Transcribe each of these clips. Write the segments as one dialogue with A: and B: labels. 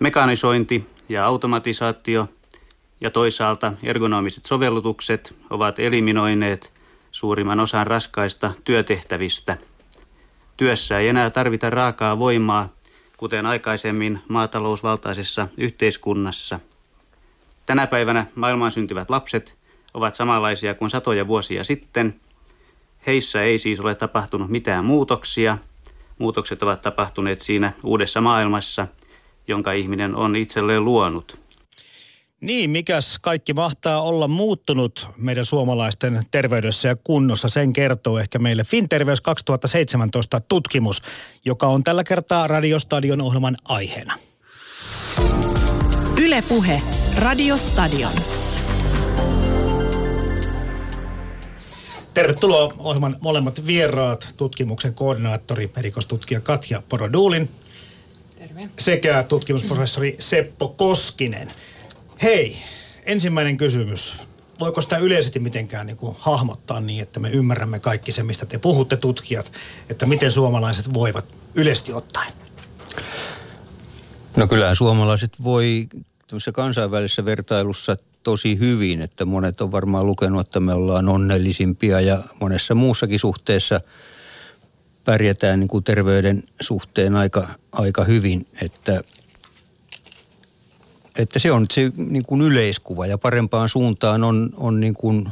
A: Mekanisointi ja automatisaatio ja toisaalta ergonomiset sovellutukset ovat eliminoineet suurimman osan raskaista työtehtävistä. Työssä ei enää tarvita raakaa voimaa, kuten aikaisemmin maatalousvaltaisessa yhteiskunnassa. Tänä päivänä maailmaan syntyvät lapset ovat samanlaisia kuin satoja vuosia sitten. Heissä ei siis ole tapahtunut mitään muutoksia. Muutokset ovat tapahtuneet siinä uudessa maailmassa, jonka ihminen on itselleen luonut.
B: Niin, mikäs kaikki mahtaa olla muuttunut meidän suomalaisten terveydessä ja kunnossa, sen kertoo ehkä meille FinTerveys 2017 tutkimus, joka on tällä kertaa Radiostadion ohjelman aiheena.
C: Yle Puhe, Radiostadion.
B: Tervetuloa ohjelman molemmat vieraat, tutkimuksen koordinaattori, erikoistutkija Katja Poroduulin.
D: Terve. Sekä
B: tutkimusprofessori Seppo Koskinen. Hei, ensimmäinen kysymys. Voiko sitä yleisesti mitenkään hahmottaa niin, että me ymmärrämme kaikki se, mistä te puhutte tutkijat, että miten suomalaiset voivat yleisesti ottaen?
E: No kyllähän suomalaiset voi tämmöisessä kansainvälisessä vertailussa tosi hyvin, että monet on varmaan lukenut, että me ollaan onnellisimpia ja monessa muussakin suhteessa pärjätään niin kuin terveyden suhteen aika hyvin, että se on se niin kuin yleiskuva ja parempaan suuntaan on niin kuin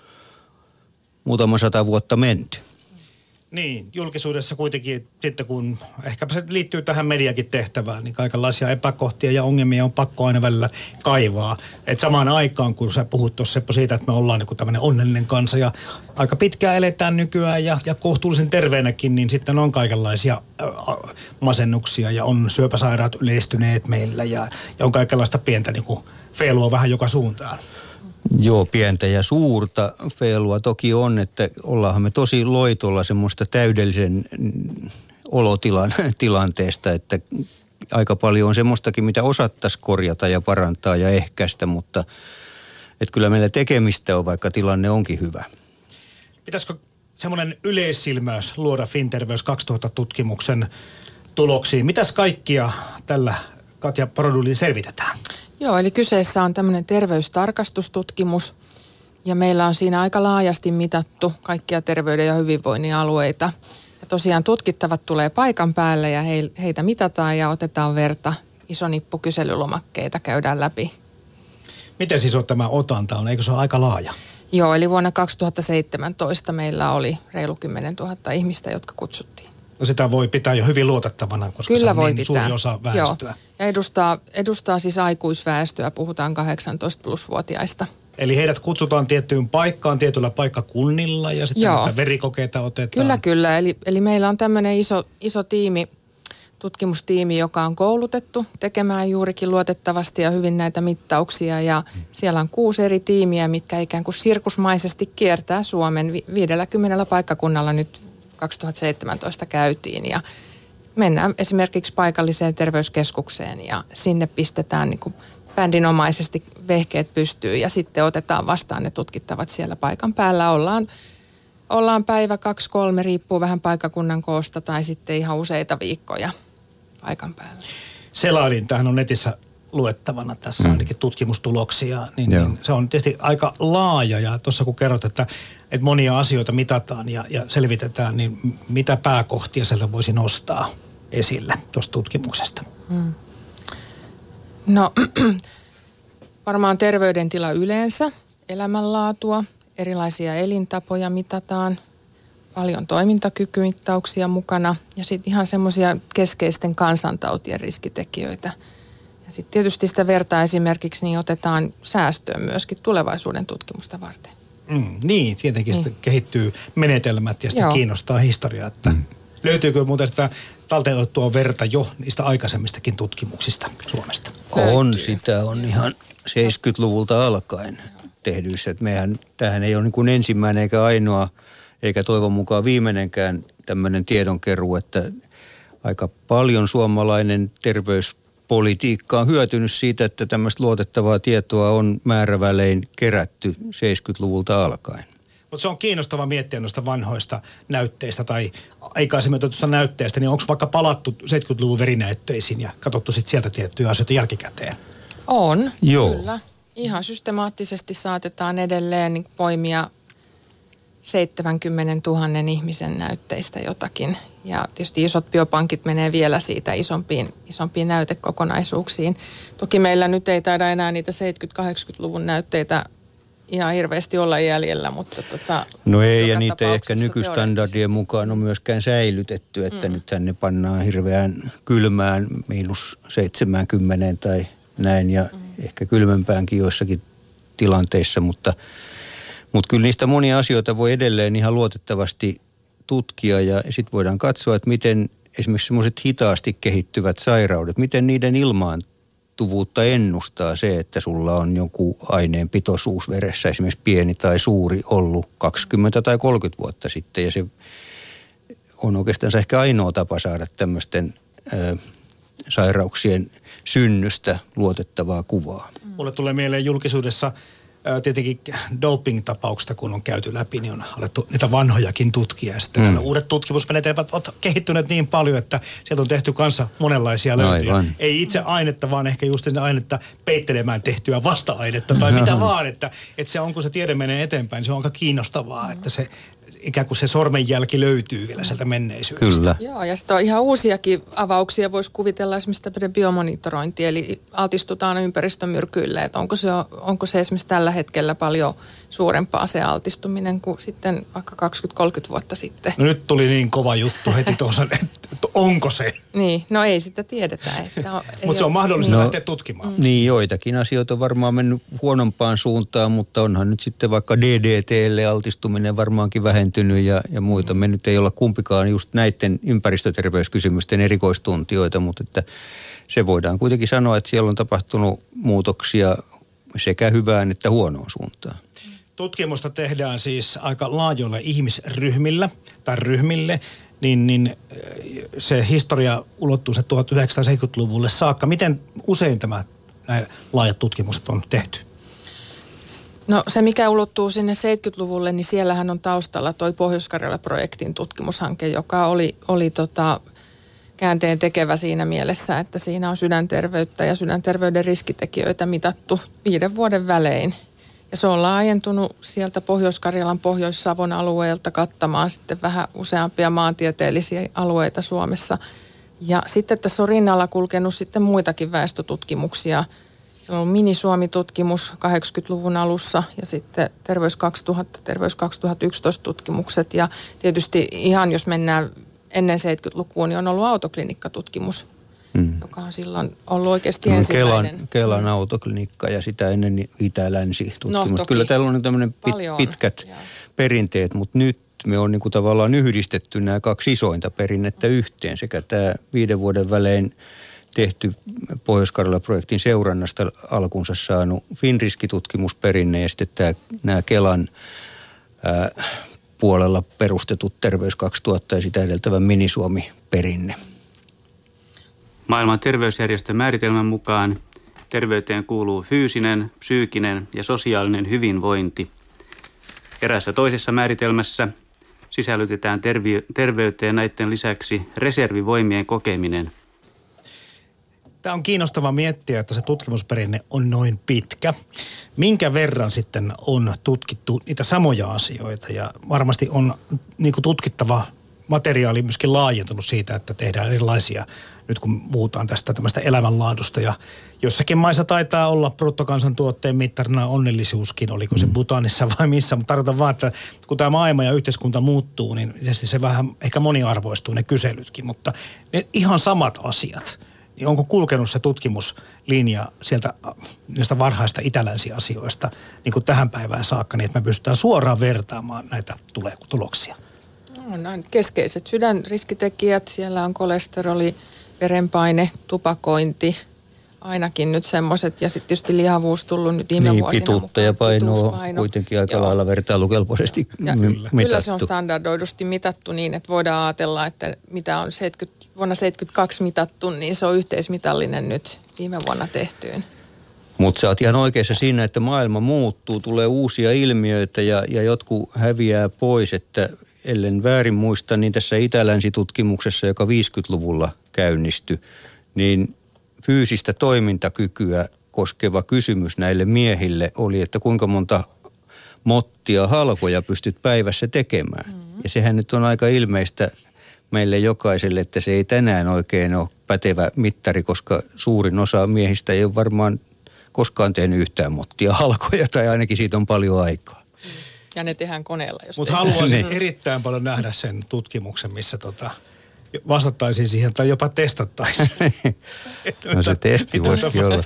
E: muutama 100 vuotta menty.
B: Niin, julkisuudessa kuitenkin sitten kun, ehkäpä se liittyy tähän mediakin tehtävään, niin kaikenlaisia epäkohtia ja ongelmia on pakko aina välillä kaivaa. Et samaan aikaan, kun sä puhut tuossa Seppo siitä, että me ollaan niin kuin tämmöinen onnellinen kansa ja aika pitkään eletään nykyään ja kohtuullisen terveenäkin, niin sitten on kaikenlaisia masennuksia ja on syöpäsairaat yleistyneet meillä ja on kaikenlaista pientä niin kuin feilua vähän joka suuntaan.
E: Joo, pientä ja suurta feilua toki on, että ollaanhan me tosi loitolla semmoista täydellisen olotilan tilanteesta, että aika paljon on semmoistakin, mitä osattaisiin korjata ja parantaa ja ehkäistä, mutta että kyllä meillä tekemistä on, vaikka tilanne onkin hyvä.
B: Pitäisikö semmoinen yleissilmäys luoda FinTerveys 2000 tutkimuksen tuloksiin? Mitäs kaikkia tällä Katja Poroduliin selvitetään?
D: Joo, eli kyseessä on tämmöinen terveystarkastustutkimus ja meillä on siinä aika laajasti mitattu kaikkia terveyden ja hyvinvoinnin alueita. Ja tosiaan tutkittavat tulee paikan päälle ja heitä mitataan ja otetaan verta. Iso nippu kyselylomakkeita käydään läpi.
B: Miten iso tämä otanta on? Eikö se ole aika laaja?
D: Joo, eli vuonna 2017 meillä oli reilu 10 000 ihmistä, jotka kutsuttiin.
B: No sitä voi pitää jo hyvin luotettavana, koska
D: kyllä
B: se on
D: voi
B: niin
D: pitää.
B: Suuri osa väestöä.
D: Joo. Ja edustaa siis aikuisväestöä, puhutaan 18+-vuotiaista.
B: Eli heidät kutsutaan tiettyyn paikkaan, tietyllä paikkakunnilla ja sitten näitä verikokeita otetaan.
D: Kyllä. Eli meillä on tämmöinen iso tiimi, tutkimustiimi, joka on koulutettu tekemään juurikin luotettavasti ja hyvin näitä mittauksia. Ja siellä on 6 eri tiimiä, mitkä ikään kuin sirkusmaisesti kiertää Suomen 50 paikkakunnalla nyt 2017 käytiin ja mennään esimerkiksi paikalliseen terveyskeskukseen ja sinne pistetään niin kuin bändinomaisesti vehkeet pystyyn ja sitten otetaan vastaan ne tutkittavat siellä paikan päällä. Ollaan päivä 2-3, riippuu vähän paikkakunnan koosta tai sitten ihan useita viikkoja paikan päällä.
B: Selailin, tämähän on netissä luettavana tässä ainakin tutkimustuloksia, niin se on tietysti aika laaja ja tuossa kun kerrot, että monia asioita mitataan ja selvitetään, niin mitä pääkohtia sieltä voisi nostaa esille tuosta tutkimuksesta?
D: No varmaan terveydentila yleensä, elämänlaatua, erilaisia elintapoja mitataan, paljon toimintakykymittauksia mukana ja sitten ihan semmoisia keskeisten kansantautien riskitekijöitä. Ja sitten tietysti sitä vertaa esimerkiksi niin otetaan säästöön myöskin tulevaisuuden tutkimusta varten.
B: Niin, tietenkin niin. Kehittyy menetelmät ja sitten kiinnostaa historiaa, että löytyykö muuten sitä talteen otettua verta jo niistä aikaisemmistakin tutkimuksista Suomesta?
E: Sitä on ihan 70-luvulta alkaen tehdyissä. Että tämähän ei ole niin kuin ensimmäinen eikä ainoa, eikä toivon mukaan viimeinenkään tämmöinen tiedonkeruu, että aika paljon suomalainen terveyspolitiikka on hyötynyt siitä, että tämmöistä luotettavaa tietoa on määrävälein kerätty 70-luvulta alkaen.
B: Mutta se on kiinnostava miettiä noista vanhoista näytteistä tai aikaisemmin otetusta näytteistä, niin onko vaikka palattu 70-luvun verinäytteisiin ja katsottu sitten sieltä tiettyjä asioita jälkikäteen?
D: On,
E: Joo.
D: kyllä. Ihan systemaattisesti saatetaan edelleen niin poimia 70 000 ihmisen näytteistä jotakin. Ja tietysti isot biopankit menee vielä siitä isompiin näytekokonaisuuksiin. Toki meillä nyt ei taida enää niitä 70-80-luvun näytteitä ihan hirveästi olla jäljellä, mutta
E: No ei, ja niitä ei ehkä nykystandardien mukaan on myöskään säilytetty, että nythän ne pannaan hirveän kylmään -70 tai näin, ja ehkä kylmempäänkin joissakin tilanteissa, mutta kyllä niistä monia asioita voi edelleen ihan luotettavasti tutkia, ja sitten voidaan katsoa, että miten esimerkiksi semmoiset hitaasti kehittyvät sairaudet, miten niiden ilmaantuvuutta ennustaa se, että sulla on joku aineen pitoisuus veressä, esimerkiksi pieni tai suuri, ollut 20 tai 30 vuotta sitten, ja se on oikeastaan ehkä ainoa tapa saada tämmöisten sairauksien synnystä luotettavaa kuvaa.
B: Mulle tulee mieleen julkisuudessa tietenkin doping-tapauksista, kun on käyty läpi, niin on alettu niitä vanhojakin tutkia. Ja sitten uudet tutkimusmenetelmät ovat kehittyneet niin paljon, että sieltä on tehty kanssa monenlaisia löytöjä.
E: Aivan.
B: Ei itse ainetta, vaan ehkä just sen ainetta peittelemään tehtyä vasta-ainetta tai mitä vaan. Että se on, kun se tiede menee eteenpäin, se on aika kiinnostavaa, että se ikään kuin se sormenjälki löytyy vielä sieltä menneisyydestä.
E: Kyllä.
D: Joo, ja sitten on ihan uusiakin avauksia. Voisi kuvitella esimerkiksi tämmöinen biomonitorointi, eli altistutaan ympäristömyrkyille. Että onko se esimerkiksi tällä hetkellä paljon suurempaa se altistuminen kuin sitten vaikka 20-30 vuotta sitten.
B: No nyt tuli niin kova juttu heti tuossa, että onko se?
D: Niin, no ei sitä tiedetä.
B: Mutta se on mahdollista lähteä tutkimaan.
E: Niin, joitakin asioita on varmaan mennyt huonompaan suuntaan, mutta onhan nyt sitten vaikka DDT:lle altistuminen varmaankin vähentynyt ja muita. Me nyt ei olla kumpikaan just näiden ympäristöterveyskysymysten erikoistuntijoita, mutta että se voidaan kuitenkin sanoa, että siellä on tapahtunut muutoksia sekä hyvään että huonoon suuntaan.
B: Tutkimusta tehdään siis aika laajoilla ihmisryhmillä tai ryhmille, niin se historia ulottuu se 1970-luvulle saakka. Miten usein nämä laajat tutkimukset on tehty?
D: No se, mikä ulottuu sinne 70-luvulle, niin siellähän on taustalla toi Pohjois-Karjala-projektin tutkimushanke, joka oli käänteen tekevä siinä mielessä, että siinä on sydänterveyttä ja sydänterveyden riskitekijöitä mitattu 5 vuoden välein. Ja se on laajentunut sieltä Pohjois-Karjalan, Pohjois-Savon alueelta kattamaan sitten vähän useampia maantieteellisiä alueita Suomessa. Ja sitten tässä on rinnalla kulkenut sitten muitakin väestötutkimuksia. Se on Mini-Suomi-tutkimus 80-luvun alussa ja sitten Terveys 2000, Terveys 2011 tutkimukset. Ja tietysti ihan jos mennään ennen 70-lukuun, niin on ollut autoklinikkatutkimus, joka on silloin ollut oikeasti ensimmäinen.
E: Kelan autoklinikka ja sitä ennen Itä-Länsi-tutkimus.
D: No,
E: kyllä täällä on tämmöinen pitkät perinteet, mutta nyt me on niin kuin tavallaan yhdistetty nämä 2 isointa perinnettä yhteen. Sekä tämä 5 vuoden välein tehty Pohjois-Karjala-projektin seurannasta alkunsa saanut Finriski-tutkimusperinne ja sitten nämä Kelan puolella perustetut Terveys 2000 ja sitä edeltävä Mini-Suomi-perinne.
A: Maailman terveysjärjestön määritelmän mukaan terveyteen kuuluu fyysinen, psyykkinen ja sosiaalinen hyvinvointi. Eräässä toisessa määritelmässä sisällytetään terveyteen näiden lisäksi reservivoimien kokeminen.
B: Tämä on kiinnostava miettiä, että se tutkimusperinne on noin pitkä. Minkä verran sitten on tutkittu niitä samoja asioita ja varmasti on niin kuin tutkittava materiaali myöskin laajentunut siitä, että tehdään erilaisia, nyt kun puhutaan tästä tämmöistä elämänlaadusta ja jossakin maissa taitaa olla bruttokansantuotteen mittarina onnellisuuskin, oliko se Bhutanissa vai missä, mutta tarkoitan vaan, että kun tämä maailma ja yhteiskunta muuttuu, niin se vähän ehkä moniarvoistuu ne kyselytkin, mutta ne ihan samat asiat, niin onko kulkenut se tutkimuslinja sieltä niistä varhaista itälänsiasioista niin kuin tähän päivään saakka, niin että me pystytään suoraan vertaamaan näitä tuloksia?
D: No, keskeiset sydänriskitekijät, siellä on kolesteroli, verenpaine, tupakointi, ainakin nyt semmoiset, ja sitten tietysti lihavuus tullut nyt viime vuosina
E: pituutta
D: mukaan.
E: Ja painoa kuitenkin aika lailla vertailukelpoisesti mitattu.
D: Kyllä se on standardoidusti mitattu niin, että voidaan ajatella, että mitä on vuonna 1972 mitattu, niin se on yhteismitallinen nyt viime vuonna tehtyyn.
E: Mutta sä oot ihan oikeassa siinä, että maailma muuttuu, tulee uusia ilmiöitä ja jotkut häviää pois, että ellen väärin muista, niin tässä Itä-Länsi-tutkimuksessa, joka 50-luvulla käynnistyi, niin fyysistä toimintakykyä koskeva kysymys näille miehille oli, että kuinka monta mottia halkoja pystyt päivässä tekemään. Ja sehän nyt on aika ilmeistä meille jokaiselle, että se ei tänään oikein ole pätevä mittari, koska suurin osa miehistä ei ole varmaan koskaan tehnyt yhtään mottia halkoja, tai ainakin siitä on paljon aikaa.
D: Ja ne tehdään koneella.
B: Mutta haluaisin erittäin paljon nähdä sen tutkimuksen, missä vastattaisiin siihen tai jopa testattaisiin.
E: No se testi voisikin olla.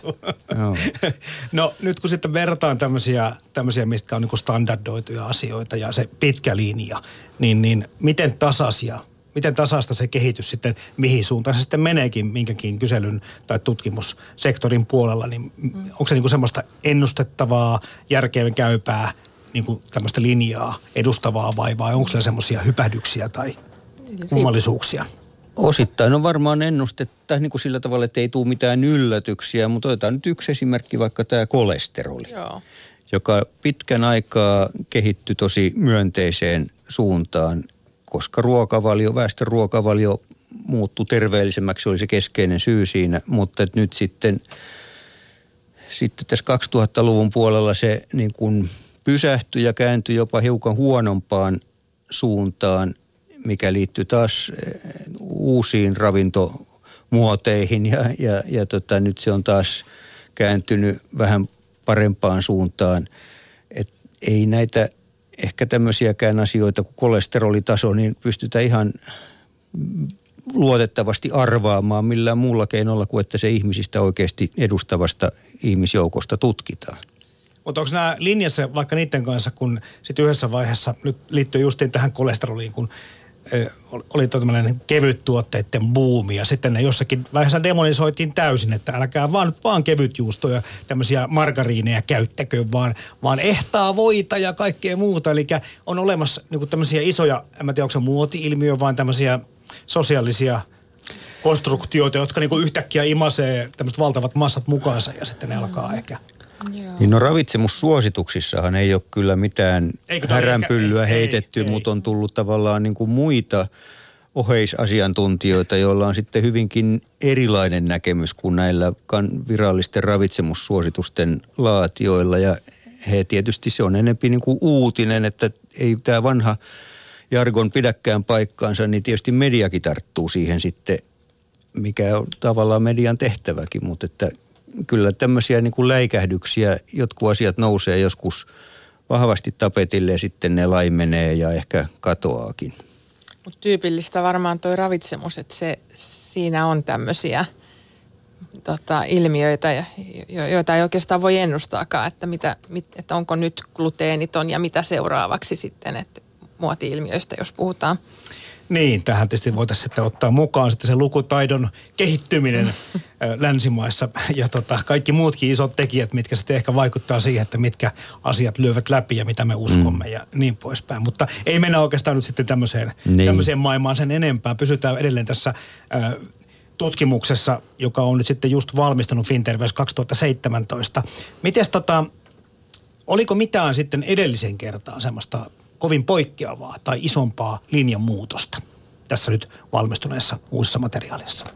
B: No nyt kun sitten vertaan tämmöisiä mistä on niin kuin standardoituja asioita ja se pitkä linja, niin miten tasaista se kehitys sitten, mihin suuntaan se sitten meneekin minkäkin kyselyn tai tutkimussektorin puolella, niin onko se niin kuin semmoista ennustettavaa, järkevän käypää, niin kuin tämmöistä linjaa edustavaa vai onko siellä semmoisia hypähdyksiä tai kummallisuuksia?
E: Osittain on varmaan ennustetta niin kuin sillä tavalla, että ei tule mitään yllätyksiä, mutta otetaan nyt yksi esimerkki, vaikka tämä kolesteroli, joka pitkän aikaa kehittyi tosi myönteiseen suuntaan, koska väestön ruokavalio muuttui terveellisemmäksi, oli se keskeinen syy siinä, mutta nyt sitten tässä 2000-luvun puolella se niin kuin pysähtyi ja kääntyi jopa hiukan huonompaan suuntaan, mikä liittyy taas uusiin ravintomuoteihin ja nyt se on taas kääntynyt vähän parempaan suuntaan. Et ei näitä ehkä tämmöisiäkään asioita kuin kolesterolitaso, niin pystytään ihan luotettavasti arvaamaan millään muulla keinolla kuin että se ihmisistä oikeasti edustavasta ihmisjoukosta tutkitaan.
B: Mutta onko nämä linjassa vaikka niiden kanssa, kun sitten yhdessä vaiheessa, nyt liittyy justiin tähän kolesteroliin, kun oli tämmöinen kevyt tuotteiden buumi ja sitten ne jossakin vaiheessa demonisoitiin täysin, että älkää vaan kevytjuustoja, tämmöisiä margariineja käyttäkö, vaan ehtaa voita ja kaikkea muuta. Eli on olemassa niinku tämmöisiä isoja, en mä tiedä onko se muoti-ilmiö, vaan tämmöisiä sosiaalisia konstruktioita, jotka niinku yhtäkkiä imasee tämmöiset valtavat massat mukaansa ja sitten ne alkaa ehkä.
E: Niin no ravitsemussuosituksissahan ei ole kyllä mitään häränpyllyä heitetty, mutta on tullut tavallaan niin kuin muita oheisasiantuntijoita, joilla on sitten hyvinkin erilainen näkemys kuin näillä virallisten ravitsemussuositusten laatioilla. Ja he tietysti se on enemmän niin kuin uutinen, että ei tämä vanha jargon pidäkään paikkaansa, niin tietysti mediakin tarttuu siihen sitten, mikä on tavallaan median tehtäväkin, mutta että kyllä tämmöisiä niin kuin läikähdyksiä, jotkut asiat nousee joskus vahvasti tapetille ja sitten ne laimenee ja ehkä katoaakin.
D: Mutta tyypillistä varmaan toi ravitsemus, että siinä on tämmöisiä ilmiöitä, joita ei oikeastaan voi ennustaakaan, että onko nyt gluteeniton ja mitä seuraavaksi sitten, että muoti-ilmiöistä, jos puhutaan.
B: Niin, tähän tietysti voitaisiin sitten ottaa mukaan sitten se lukutaidon kehittyminen länsimaissa ja kaikki muutkin isot tekijät, mitkä sitten ehkä vaikuttaa siihen, että mitkä asiat lyövät läpi ja mitä me uskomme ja niin poispäin. Mutta ei mennä oikeastaan nyt sitten tämmöiseen maailmaan sen enempää. Pysytään edelleen tässä tutkimuksessa, joka on nyt sitten just valmistunut FinTerveys 2017. Mites oliko mitään sitten edellisen kertaan semmoista kovin poikkeavaa tai isompaa linjanmuutosta tässä nyt valmistuneessa uusissa materiaalissa?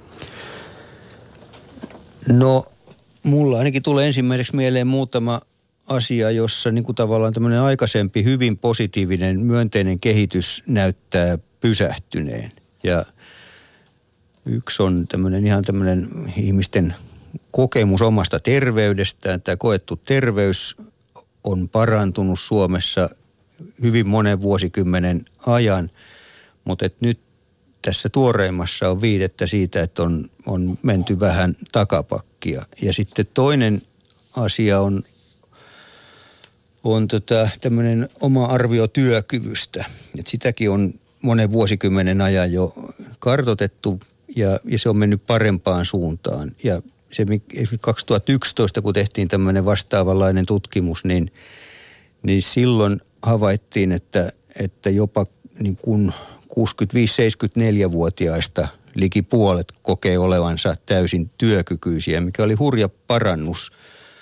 E: No, mulla ainakin tulee ensimmäiseksi mieleen muutama asia, jossa niin kuin tavallaan tämmöinen aikaisempi hyvin positiivinen, myönteinen kehitys näyttää pysähtyneen. Ja yksi on ihan tämmöinen ihmisten kokemus omasta terveydestään. Tämä koettu terveys on parantunut Suomessa hyvin monen vuosikymmenen ajan, mutta nyt tässä tuoreimmassa on viitettä siitä, että on menty vähän takapakkia. Ja sitten toinen asia on tämmöinen oma arvio työkyvystä. Et sitäkin on monen vuosikymmenen ajan jo kartoitettu ja se on mennyt parempaan suuntaan. Ja se 2011, kun tehtiin tämmöinen vastaavanlainen tutkimus, niin silloin havaittiin, että jopa niin kuin 65-74-vuotiaista liki puolet kokee olevansa täysin työkykyisiä, mikä oli hurja parannus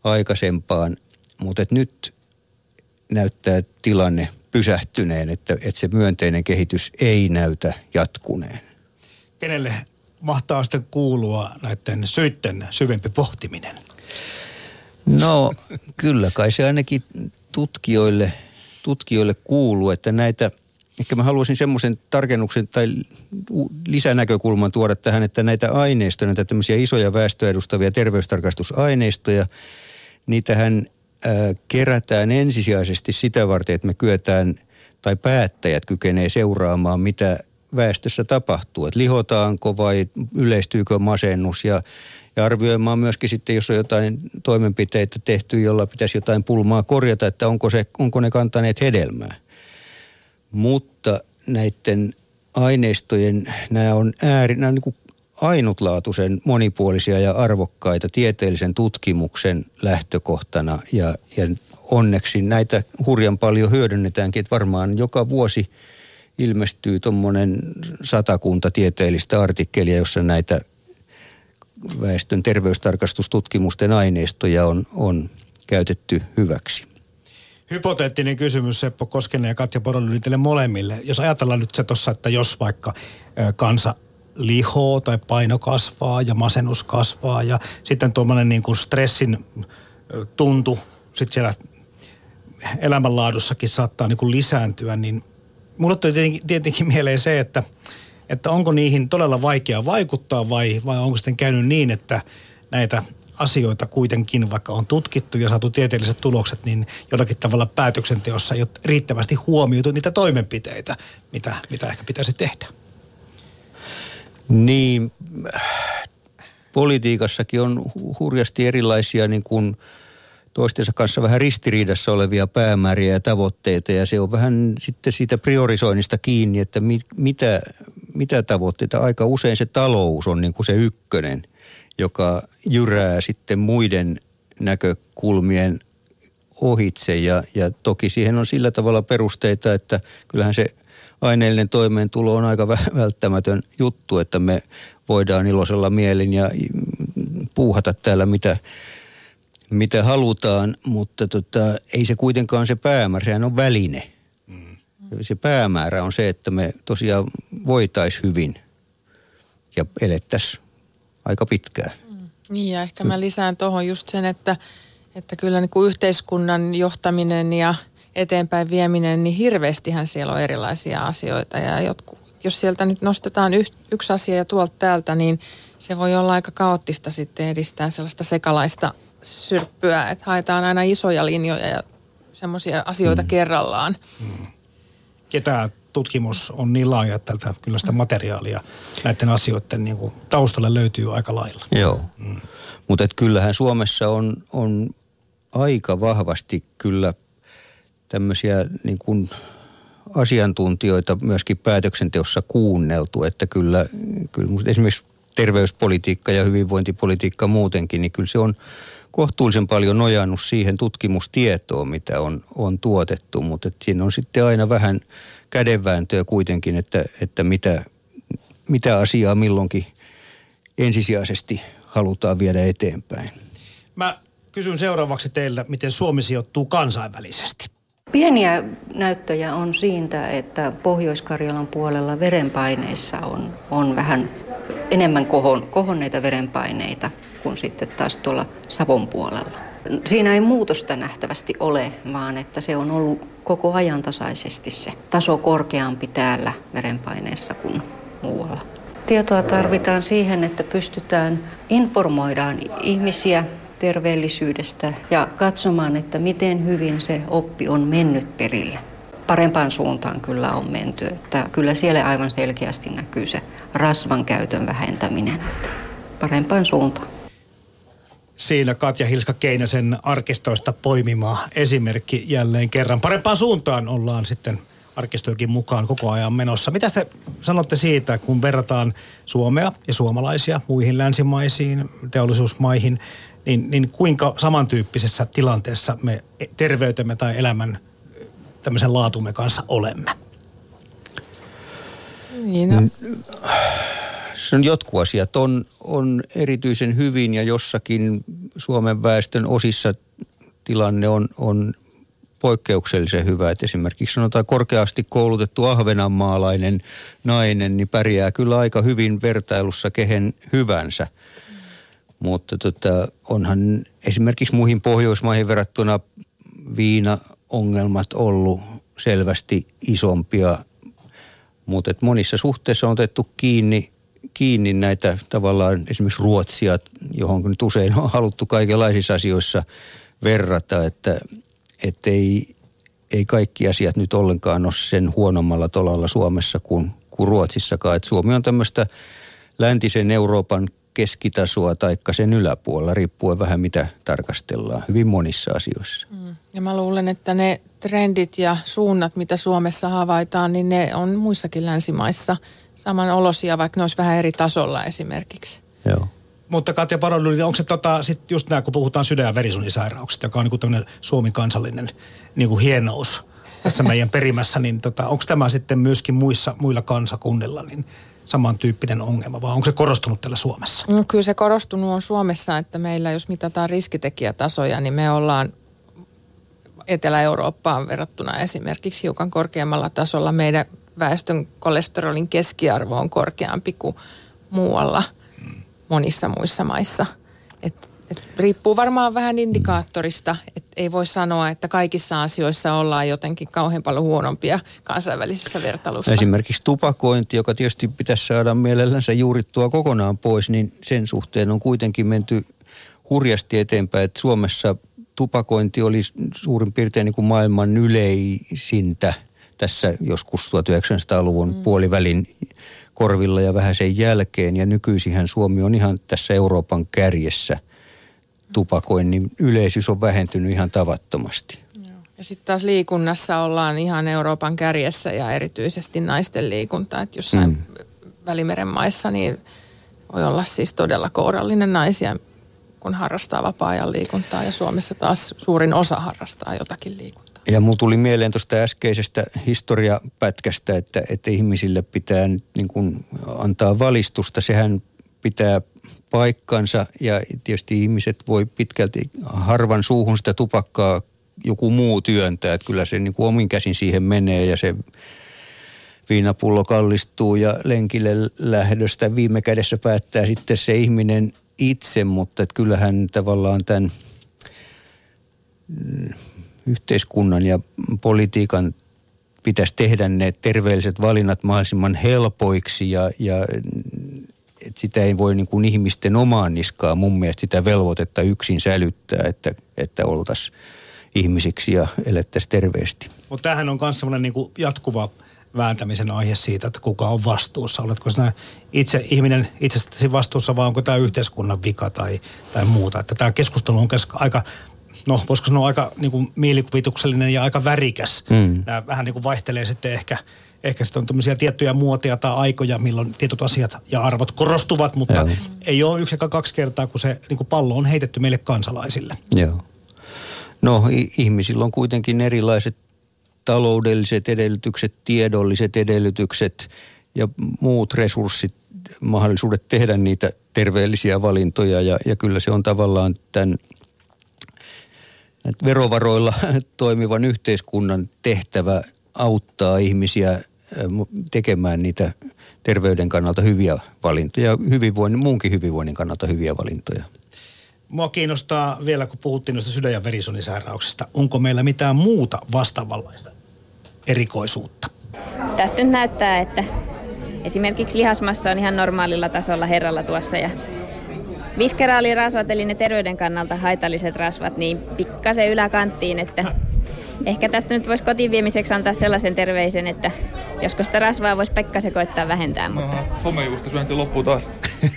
E: aikaisempaan. Mutta nyt näyttää tilanne pysähtyneen, että se myönteinen kehitys ei näytä jatkuneen.
B: Kenelle mahtaa sitten kuulua näiden syitten syvempi pohtiminen?
E: No kyllä kai se ainakin tutkijoille kuuluu, että näitä, ehkä mä haluaisin semmoisen tarkennuksen tai lisänäkökulman tuoda tähän, että näitä aineistoja, näitä tämmöisiä isoja väestöä edustavia terveystarkastusaineistoja, niitähän kerätään ensisijaisesti sitä varten, että me kyetään tai päättäjät kykenee seuraamaan, mitä väestössä tapahtuu. Että lihotaanko vai yleistyykö masennus ja arvioimaan myöskin sitten, jos on jotain toimenpiteitä tehty, jolla pitäisi jotain pulmaa korjata, että onko ne kantaneet hedelmää. Mutta näiden aineistojen, nämä on niin kuin ainutlaatuisen monipuolisia ja arvokkaita tieteellisen tutkimuksen lähtökohtana ja onneksi näitä hurjan paljon hyödynnetäänkin, että varmaan joka vuosi ilmestyy tuommoinen 100 tieteellistä artikkelia, jossa näitä väestön terveystarkastustutkimusten aineistoja on käytetty hyväksi.
B: Hypoteettinen kysymys Seppo Koskinen ja Katja Porolyni teille molemmille. Jos ajatellaan nyt se tuossa, että jos vaikka kansa lihoo tai paino kasvaa ja masennus kasvaa ja sitten tuommoinen niin kuin stressin tuntu sitten siellä elämänlaadussakin saattaa niin kuin lisääntyä, niin mulle tuli tietenkin mieleen se, että onko niihin todella vaikea vaikuttaa vai onko sitten käynyt niin, että näitä asioita kuitenkin, vaikka on tutkittu ja saatu tieteelliset tulokset, niin jollakin tavalla päätöksenteossa ei ole riittävästi huomioitu niitä toimenpiteitä, mitä ehkä pitäisi tehdä.
E: Niin, politiikassakin on hurjasti erilaisia niin kuin toistensa kanssa vähän ristiriidassa olevia päämääriä ja tavoitteita, ja se on vähän sitten siitä priorisoinnista kiinni, että mitä tavoitteita. Aika usein se talous on niin kuin se ykkönen, joka jyrää sitten muiden näkökulmien ohitse, ja toki siihen on sillä tavalla perusteita, että kyllähän se aineellinen toimeentulo on aika välttämätön juttu, että me voidaan iloisella mielin ja puuhata täällä mitä halutaan, mutta ei se kuitenkaan se päämäärä, sehän on väline. Se päämäärä on se, että me tosiaan voitaisiin hyvin ja elettäisiin aika pitkään.
D: Niin ja ehkä mä lisään tuohon just sen, että kyllä niin kuin yhteiskunnan johtaminen ja eteenpäin vieminen, niin hirveästihän siellä on erilaisia asioita ja jos sieltä nyt nostetaan yksi asia ja tuolta täältä, niin se voi olla aika kaoottista sitten edistää sellaista sekalaista syrppyä, että haetaan aina isoja linjoja ja semmoisia asioita kerrallaan.
B: Ja tämä tutkimus on niin laaja, että tältä kyllä sitä materiaalia näiden asioiden niin kuin taustalle löytyy aika lailla.
E: Joo, mutta kyllähän Suomessa on aika vahvasti kyllä tämmöisiä niin kuin asiantuntijoita myöskin päätöksenteossa kuunneltu, että kyllä esimerkiksi terveyspolitiikka ja hyvinvointipolitiikka muutenkin, niin kyllä se on kohtuullisen paljon nojannut siihen tutkimustietoon, mitä on tuotettu, mutta siinä on sitten aina vähän kädenvääntöä kuitenkin, että mitä asiaa milloinkin ensisijaisesti halutaan viedä eteenpäin.
B: Mä kysyn seuraavaksi teiltä, miten Suomi sijoittuu kansainvälisesti.
F: Pieniä näyttöjä on siitä, että Pohjois-Karjalan puolella verenpaineissa on vähän enemmän kohonneita verenpaineita kuin sitten taas tuolla Savon puolella. Siinä ei muutosta nähtävästi ole, vaan että se on ollut koko ajan tasaisesti se taso korkeampi täällä verenpaineessa kuin muualla. Tietoa tarvitaan siihen, että pystytään informoidaan ihmisiä terveellisyydestä ja katsomaan, että miten hyvin se oppi on mennyt perille. Parempaan suuntaan kyllä on menty, että kyllä siellä aivan selkeästi näkyy se rasvan käytön vähentäminen, että parempaan suuntaan.
B: Siinä Katja Hilska-Keinäsen arkistoista poimima esimerkki jälleen kerran. Parempaan suuntaan ollaan sitten arkistojenkin mukaan koko ajan menossa. Mitä te sanotte siitä, kun verrataan Suomea ja suomalaisia muihin länsimaisiin teollisuusmaihin, niin kuinka samantyyppisessä tilanteessa me terveytemme tai elämän tämmöisen laatumme kanssa olemme?
D: Niin no.
E: Se on jotkut asiat on erityisen hyvin ja jossakin Suomen väestön osissa tilanne on poikkeuksellisen hyvä. Et esimerkiksi sanotaan korkeasti koulutettu ahvenanmaalainen nainen, niin pärjää kyllä aika hyvin vertailussa kehen hyvänsä. Mutta onhan esimerkiksi muihin Pohjoismaihin verrattuna viinaongelmat ollut selvästi isompia, mutta monissa suhteissa on otettu kiinni näitä tavallaan esimerkiksi Ruotsia, johon nyt usein on haluttu kaikenlaisissa asioissa verrata, että ei kaikki asiat nyt ollenkaan ole sen huonommalla tolalla Suomessa kuin Ruotsissakaan. Että Suomi on tämmöistä läntisen Euroopan keskitasoa taikka sen yläpuolella, riippuen vähän mitä tarkastellaan hyvin monissa asioissa.
D: Ja mä luulen, että ne trendit ja suunnat, mitä Suomessa havaitaan, niin ne on muissakin länsimaissa samanolosia, vaikka ne olisi vähän eri tasolla esimerkiksi.
E: Joo.
B: Mutta Katja Parolin, onko se sitten just nämä, kun puhutaan sydän- ja verisuonisairauksista, joka on niin tämmöinen Suomen kansallinen niin hienous tässä meidän perimässä, niin onko tämä sitten myöskin muilla kansakunnilla niin samantyyppinen ongelma, vai onko se korostunut täällä Suomessa?
D: No, kyllä se korostunut on Suomessa, että meillä jos mitataan riskitekijätasoja, niin me ollaan Etelä-Eurooppaan verrattuna esimerkiksi hiukan korkeammalla tasolla. Meidän väestön kolesterolin keskiarvo on korkeampi kuin muualla monissa muissa maissa. Et riippuu varmaan vähän indikaattorista, että ei voi sanoa, että kaikissa asioissa ollaan jotenkin kauhean paljon huonompia kansainvälisessä vertailussa.
E: Esimerkiksi tupakointi, joka tietysti pitäisi saada mielellänsä juurittua kokonaan pois, niin sen suhteen on kuitenkin menty hurjasti eteenpäin, että Suomessa tupakointi oli suurin piirtein niin kuin maailman yleisintä tässä joskus 1900-luvun puolivälin korvilla ja vähän sen jälkeen. Ja nykyisinhän Suomi on ihan tässä Euroopan kärjessä. Tupakoinnin yleisyys on vähentynyt ihan tavattomasti.
D: Ja sitten taas liikunnassa ollaan ihan Euroopan kärjessä ja erityisesti naisten liikunta. Että jossain Välimeren maissa niin voi olla siis todella kourallinen naisia, kun harrastaa vapaa-ajan liikuntaa, ja Suomessa taas suurin osa harrastaa jotakin liikuntaa.
E: Ja mulla tuli mieleen tuosta äskeisestä historiapätkästä, että ihmisille pitää niin kuin antaa valistusta. Sehän pitää paikkansa, ja tietysti ihmiset voi pitkälti harvan suuhun sitä tupakkaa joku muu työntää. Että kyllä se niin kuin omin käsin siihen menee, ja se viinapullo kallistuu, ja lenkille lähdöstä viime kädessä päättää sitten se ihminen itse, mutta että kyllähän tavallaan tämän yhteiskunnan ja politiikan pitäisi tehdä ne terveelliset valinnat mahdollisimman helpoiksi, ja että sitä ei voi niin kuin ihmisten omaan niskaan mun mielestä sitä velvoitetta yksin sälyttää, että oltaisiin ihmisiksi ja elettäisiin terveesti.
B: Mutta tämähän on myös sellainen niin kuin jatkuva vääntämisen aihe siitä, että kuka on vastuussa. Oletko sinä itse ihminen itsestäsi vastuussa, vai onko tämä yhteiskunnan vika tai muuta? Että tämä keskustelu on aika, no voisiko sanoa aika niin kuin mielikuvituksellinen ja aika värikäs. Nämä vähän niin kuin vaihtelee sitten ehkä sitten on tämmöisiä tiettyjä muoteja tai aikoja, milloin tietyt asiat ja arvot korostuvat, mutta ei ole yksi eikä kaksi kertaa, kun se niin kuin pallo on heitetty meille kansalaisille.
E: Joo. No ihmisillä on kuitenkin erilaiset taloudelliset edellytykset, tiedolliset edellytykset ja muut resurssit, mahdollisuudet tehdä niitä terveellisiä valintoja, ja kyllä se on tavallaan tämän verovaroilla toimivan yhteiskunnan tehtävä auttaa ihmisiä tekemään niitä terveyden kannalta hyviä valintoja, muunkin hyvinvoinnin kannalta hyviä valintoja.
B: Mua kiinnostaa vielä, kun puhuttiin noista sydän- ja verisuonisairauksista, onko meillä mitään muuta vastaavanlaista erikoisuutta?
G: Tästä nyt näyttää, että esimerkiksi lihasmassa on ihan normaalilla tasolla herralla tuossa, ja viskeraalirasvat, eli ne terveyden kannalta haitalliset rasvat, niin pikkasen yläkanttiin, että ehkä tästä nyt voisi kotiin viemiseksi antaa sellaisen terveisen, että joskus sitä rasvaa voisi pikkasen koittaa vähentää. Mutta
H: homejuustosyönti loppuu taas.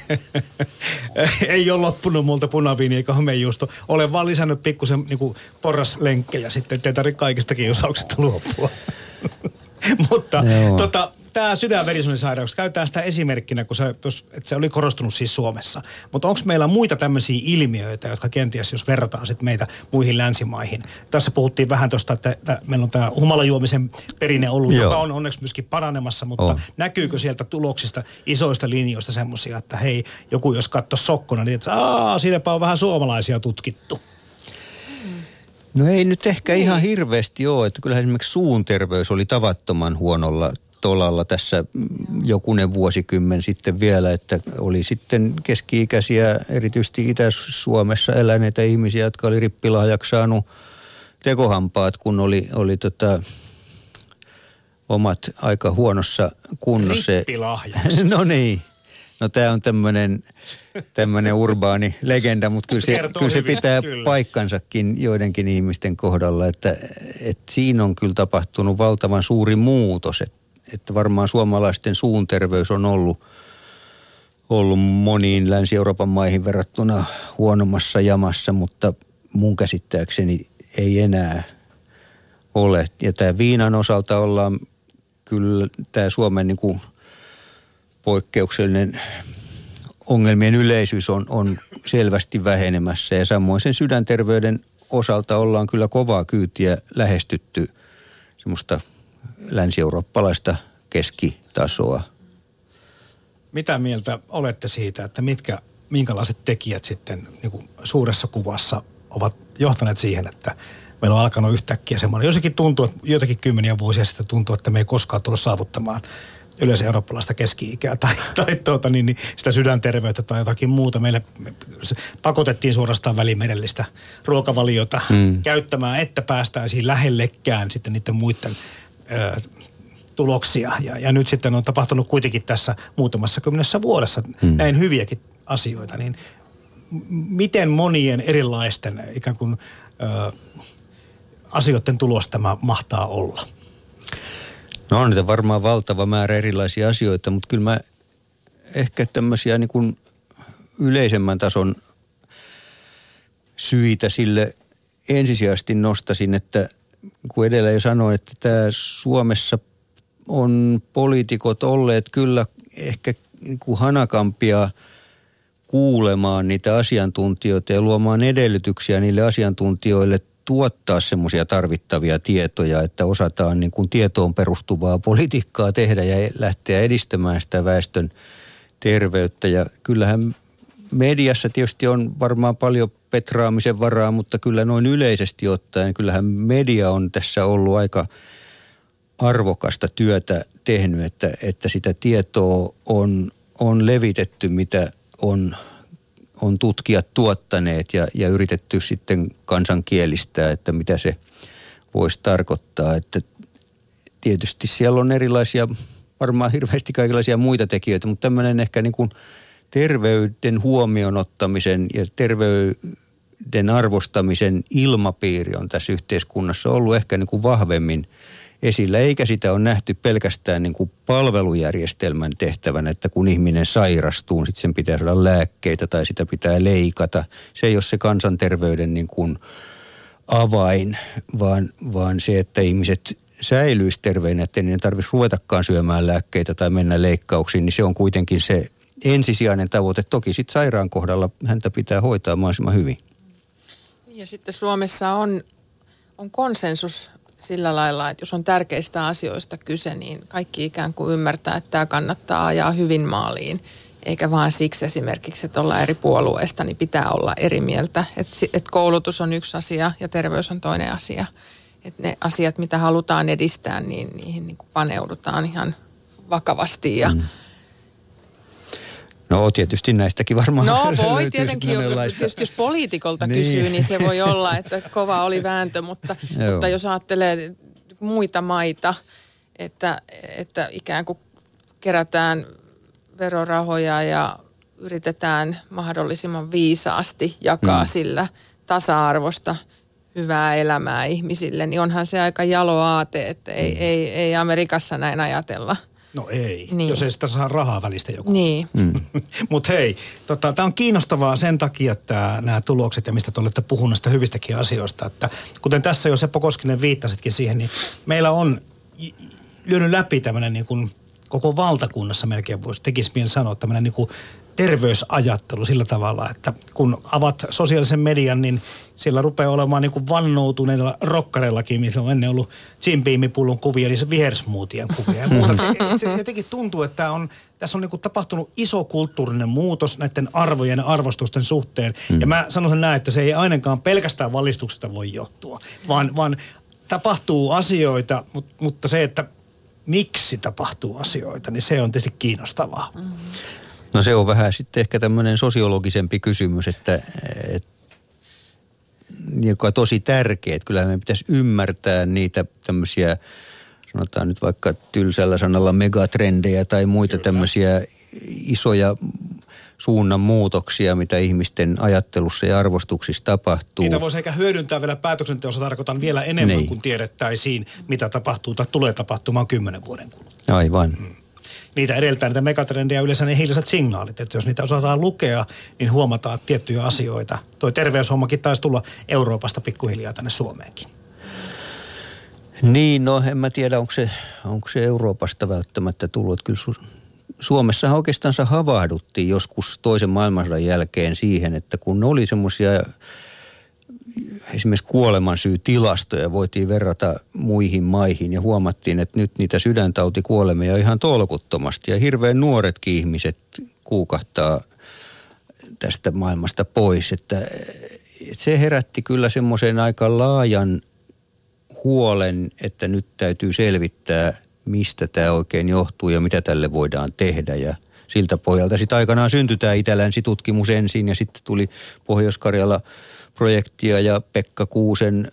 B: Ei ole loppunut multa punaviini eikä homejuusto. Olen vaan lisännyt pikkusen niin porraslenkkejä sitten, ettei tarvitse kaikista kiusauksista luopua. Mutta tämä sydänverisuonisairaus, käytetään sitä esimerkkinä, kun se oli korostunut siis Suomessa. Mutta onko meillä muita tämmöisiä ilmiöitä, jotka kenties, jos verrataan sitten meitä muihin länsimaihin? Tässä puhuttiin vähän tuosta, että meillä on tämä humalajuomisen perinne ollut, joka on onneksi myöskin paranemassa, mutta näkyykö sieltä tuloksista, isoista linjoista semmoisia, että hei, joku jos katsoi sokkona, niin että siinäpä on vähän suomalaisia tutkittu.
E: No ei nyt ehkä ihan hirveästi ole, että kyllähän esimerkiksi suun terveys oli tavattoman huonolla tolalla tässä jokunen vuosikymmen sitten vielä, että oli sitten keski-ikäisiä, erityisesti Itä-Suomessa eläneitä ihmisiä, jotka oli rippilahjaksi saanut tekohampaat, kun oli omat aika huonossa kunnossa.
B: Rippilahjaksi?
E: No niin. No tämä on tämmöinen urbaani legenda, mutta kyllä se pitää paikkansakin joidenkin ihmisten kohdalla, että siinä on kyllä tapahtunut valtavan suuri muutos, että varmaan suomalaisten suun terveys on ollut moniin Länsi-Euroopan maihin verrattuna huonommassa jamassa, mutta mun käsittääkseni ei enää ole. Ja tämä viinan osalta ollaan kyllä tämä Suomen niin kuin poikkeuksellinen ongelmien yleisyys on selvästi vähenemässä ja samoin sen sydänterveyden osalta ollaan kyllä kovaa kyytiä lähestytty semmoista länsi-eurooppalaista keskitasoa.
B: Mitä mieltä olette siitä, että minkälaiset tekijät sitten niin kuin suuressa kuvassa ovat johtaneet siihen, että meillä on alkanut yhtäkkiä semmoinen, jossakin tuntuu, että joitakin kymmeniä vuosia sitten tuntuu, että me ei koskaan tullut saavuttamaan yleiseurooppalaista keski-ikää tai sitä sydänterveyttä tai jotakin muuta. Meille pakotettiin suorastaan välimerellistä ruokavaliota käyttämään, että päästäisiin lähellekään sitten niiden muiden tuloksia. Ja nyt sitten on tapahtunut kuitenkin tässä muutamassa 10 vuodessa näin hyviäkin asioita. Niin miten monien erilaisten ikään kuin asioiden tulos tämä mahtaa olla?
E: No on niitä varmaan valtava määrä erilaisia asioita, mutta kyllä mä ehkä tämmöisiä niin kuin yleisemmän tason syitä sille ensisijaisesti nostasin, että kun edellä jo sanoin, että tämä Suomessa on poliitikot olleet kyllä ehkä niin kuin hanakampia kuulemaan niitä asiantuntijoita ja luomaan edellytyksiä niille asiantuntijoille tuottaa semmoisia tarvittavia tietoja, että osataan niin kuin tietoon perustuvaa politiikkaa tehdä ja lähteä edistämään sitä väestön terveyttä. Ja kyllähän mediassa tietysti on varmaan paljon petraamisen varaa, mutta kyllä noin yleisesti ottaen, kyllähän media on tässä ollut aika arvokasta työtä tehnyt, että sitä tietoa on levitetty, mitä on tutkijat tuottaneet ja yritetty sitten kansankielistää, että mitä se voisi tarkoittaa. Että tietysti siellä on erilaisia, varmaan hirveästi kaikenlaisia muita tekijöitä, mutta tämmöinen ehkä niin kuin terveyden huomioon ottamisen ja terveyden arvostamisen ilmapiiri on tässä yhteiskunnassa ollut ehkä niin kuin vahvemmin esillä, eikä sitä ole nähty pelkästään niin kuin palvelujärjestelmän tehtävänä, että kun ihminen sairastuu, sitten sen pitää saada lääkkeitä tai sitä pitää leikata. Se ei ole se kansanterveyden niin kuin avain, vaan se, että ihmiset säilyisi terveinä, että niin tarvitsisi ruvetakaan syömään lääkkeitä tai mennä leikkauksiin, niin se on kuitenkin se ensisijainen tavoite. Toki sitten sairaan kohdalla häntä pitää hoitaa mahdollisimman hyvin.
D: Ja sitten Suomessa on konsensus sillä lailla, että jos on tärkeistä asioista kyse, niin kaikki ikään kuin ymmärtää, että tämä kannattaa ajaa hyvin maaliin. Eikä vaan siksi esimerkiksi, että ollaan eri puolueista, niin pitää olla eri mieltä. Että koulutus on yksi asia ja terveys on toinen asia. Että ne asiat, mitä halutaan edistää, niin niihin niin kuin paneudutaan ihan vakavasti.
E: No tietysti näistäkin varmaan
D: voi tietenkin, jos poliitikolta kysyy, niin se voi olla, että kova oli vääntö, mutta jos ajattelee muita maita, että ikään kuin kerätään verorahoja ja yritetään mahdollisimman viisaasti jakaa sillä tasa-arvosta hyvää elämää ihmisille, niin onhan se aika jalo aate, että ei Amerikassa näin ajatella.
B: No ei, jos ei sitä saa rahaa välistä joku.
D: Niin.
B: Mutta hei, tämä on kiinnostavaa sen takia, että nämä tulokset ja mistä te olette puhuneet sitä hyvistäkin asioista, että kuten tässä jo Seppo Koskinen viittasitkin siihen, niin meillä on lyönyt läpi tämmöinen niin kuin koko valtakunnassa melkein tekisi mieli sanoa tämmöinen niin kuin terveysajattelu sillä tavalla, että kun avaat sosiaalisen median, niin siellä rupeaa olemaan niin kuin vannoutuneilla rokkareillakin, missä on ennen ollut Jim Beam-pullon kuvia, niin se vihersmoothien kuvia ja muuta. Se jotenkin tuntuu, että tässä on niin kuin tapahtunut iso kulttuurinen muutos näiden arvojen ja arvostusten suhteen. Ja mä sanon näin, että se ei ainakaan pelkästään valistuksesta voi johtua, vaan tapahtuu asioita, mutta se, että miksi tapahtuu asioita, niin se on tietysti kiinnostavaa.
E: No se on vähän sitten ehkä tämmöinen sosiologisempi kysymys, joka on tosi tärkeä. Että kyllähän meidän pitäisi ymmärtää niitä tämmöisiä, sanotaan nyt vaikka tylsällä sanalla megatrendejä tai muita tämmöisiä isoja suunnanmuutoksia, mitä ihmisten ajattelussa ja arvostuksissa tapahtuu.
B: Niitä voisi ehkä hyödyntää vielä päätöksenteossa, tarkoitan vielä enemmän kuin tiedettäisiin, mitä tapahtuu tai tulee tapahtumaan 10 vuoden kuluttua.
E: Aivan.
B: Niitä edeltää niitä megatrendejä yleensä ne hiljaiset signaalit, että jos niitä osataan lukea, niin huomataan tiettyjä asioita. Toi terveyshommakin taisi tulla Euroopasta pikkuhiljaa tänne Suomeenkin.
E: Niin, no en mä tiedä, onko se Euroopasta välttämättä tullut. Kyllä Suomessahan oikeastaan havahduttiin joskus toisen maailmansodan jälkeen siihen, että kun oli semmoisia esimerkiksi kuolemansyytilastoja voitiin verrata muihin maihin ja huomattiin, että nyt niitä sydäntautikuolemia on ihan tolkuttomasti ja hirveän nuoretkin ihmiset kuukahtaa tästä maailmasta pois. Että se herätti kyllä semmoisen aika laajan huolen, että nyt täytyy selvittää, mistä tämä oikein johtuu ja mitä tälle voidaan tehdä. Ja siltä pohjalta sitten aikanaan syntyi tämä Itä-Länsi-tutkimus ensin ja sitten tuli Pohjois-Karjala-projektia ja Pekka Kuusen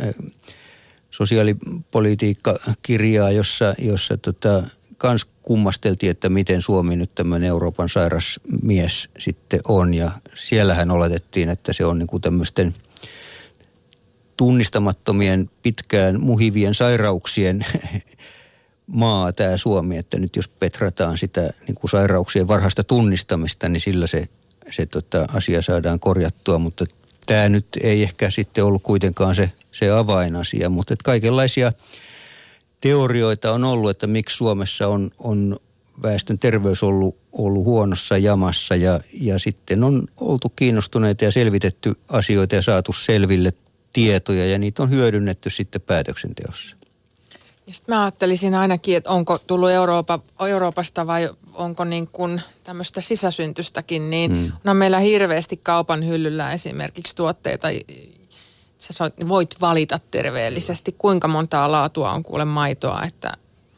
E: sosiaalipolitiikkakirjaa, jossa kans kummasteltiin, että miten Suomi nyt tämmöinen Euroopan sairas mies sitten on. Ja siellähän oletettiin, että se on niin kuin tämmöisten tunnistamattomien pitkään muhivien sairauksien maa tämä Suomi, että nyt jos petrataan sitä niin kuin sairauksien varhaista tunnistamista, niin sillä se asia saadaan korjattua, mutta tämä nyt ei ehkä sitten ollut kuitenkaan se avainasia, mutta että kaikenlaisia teorioita on ollut, että miksi Suomessa on väestön terveys ollut huonossa jamassa ja sitten on oltu kiinnostuneita ja selvitetty asioita ja saatu selville tietoja ja niitä on hyödynnetty sitten päätöksenteossa.
D: Sitten mä ajattelisin ainakin, että onko tullut Euroopasta vai onko niin kuin tämmöistä sisäsyntystäkin, niin on meillä hirveästi kaupan hyllyllä esimerkiksi tuotteita. Sä voit valita terveellisesti, kuinka montaa laatua on kuule maitoa, että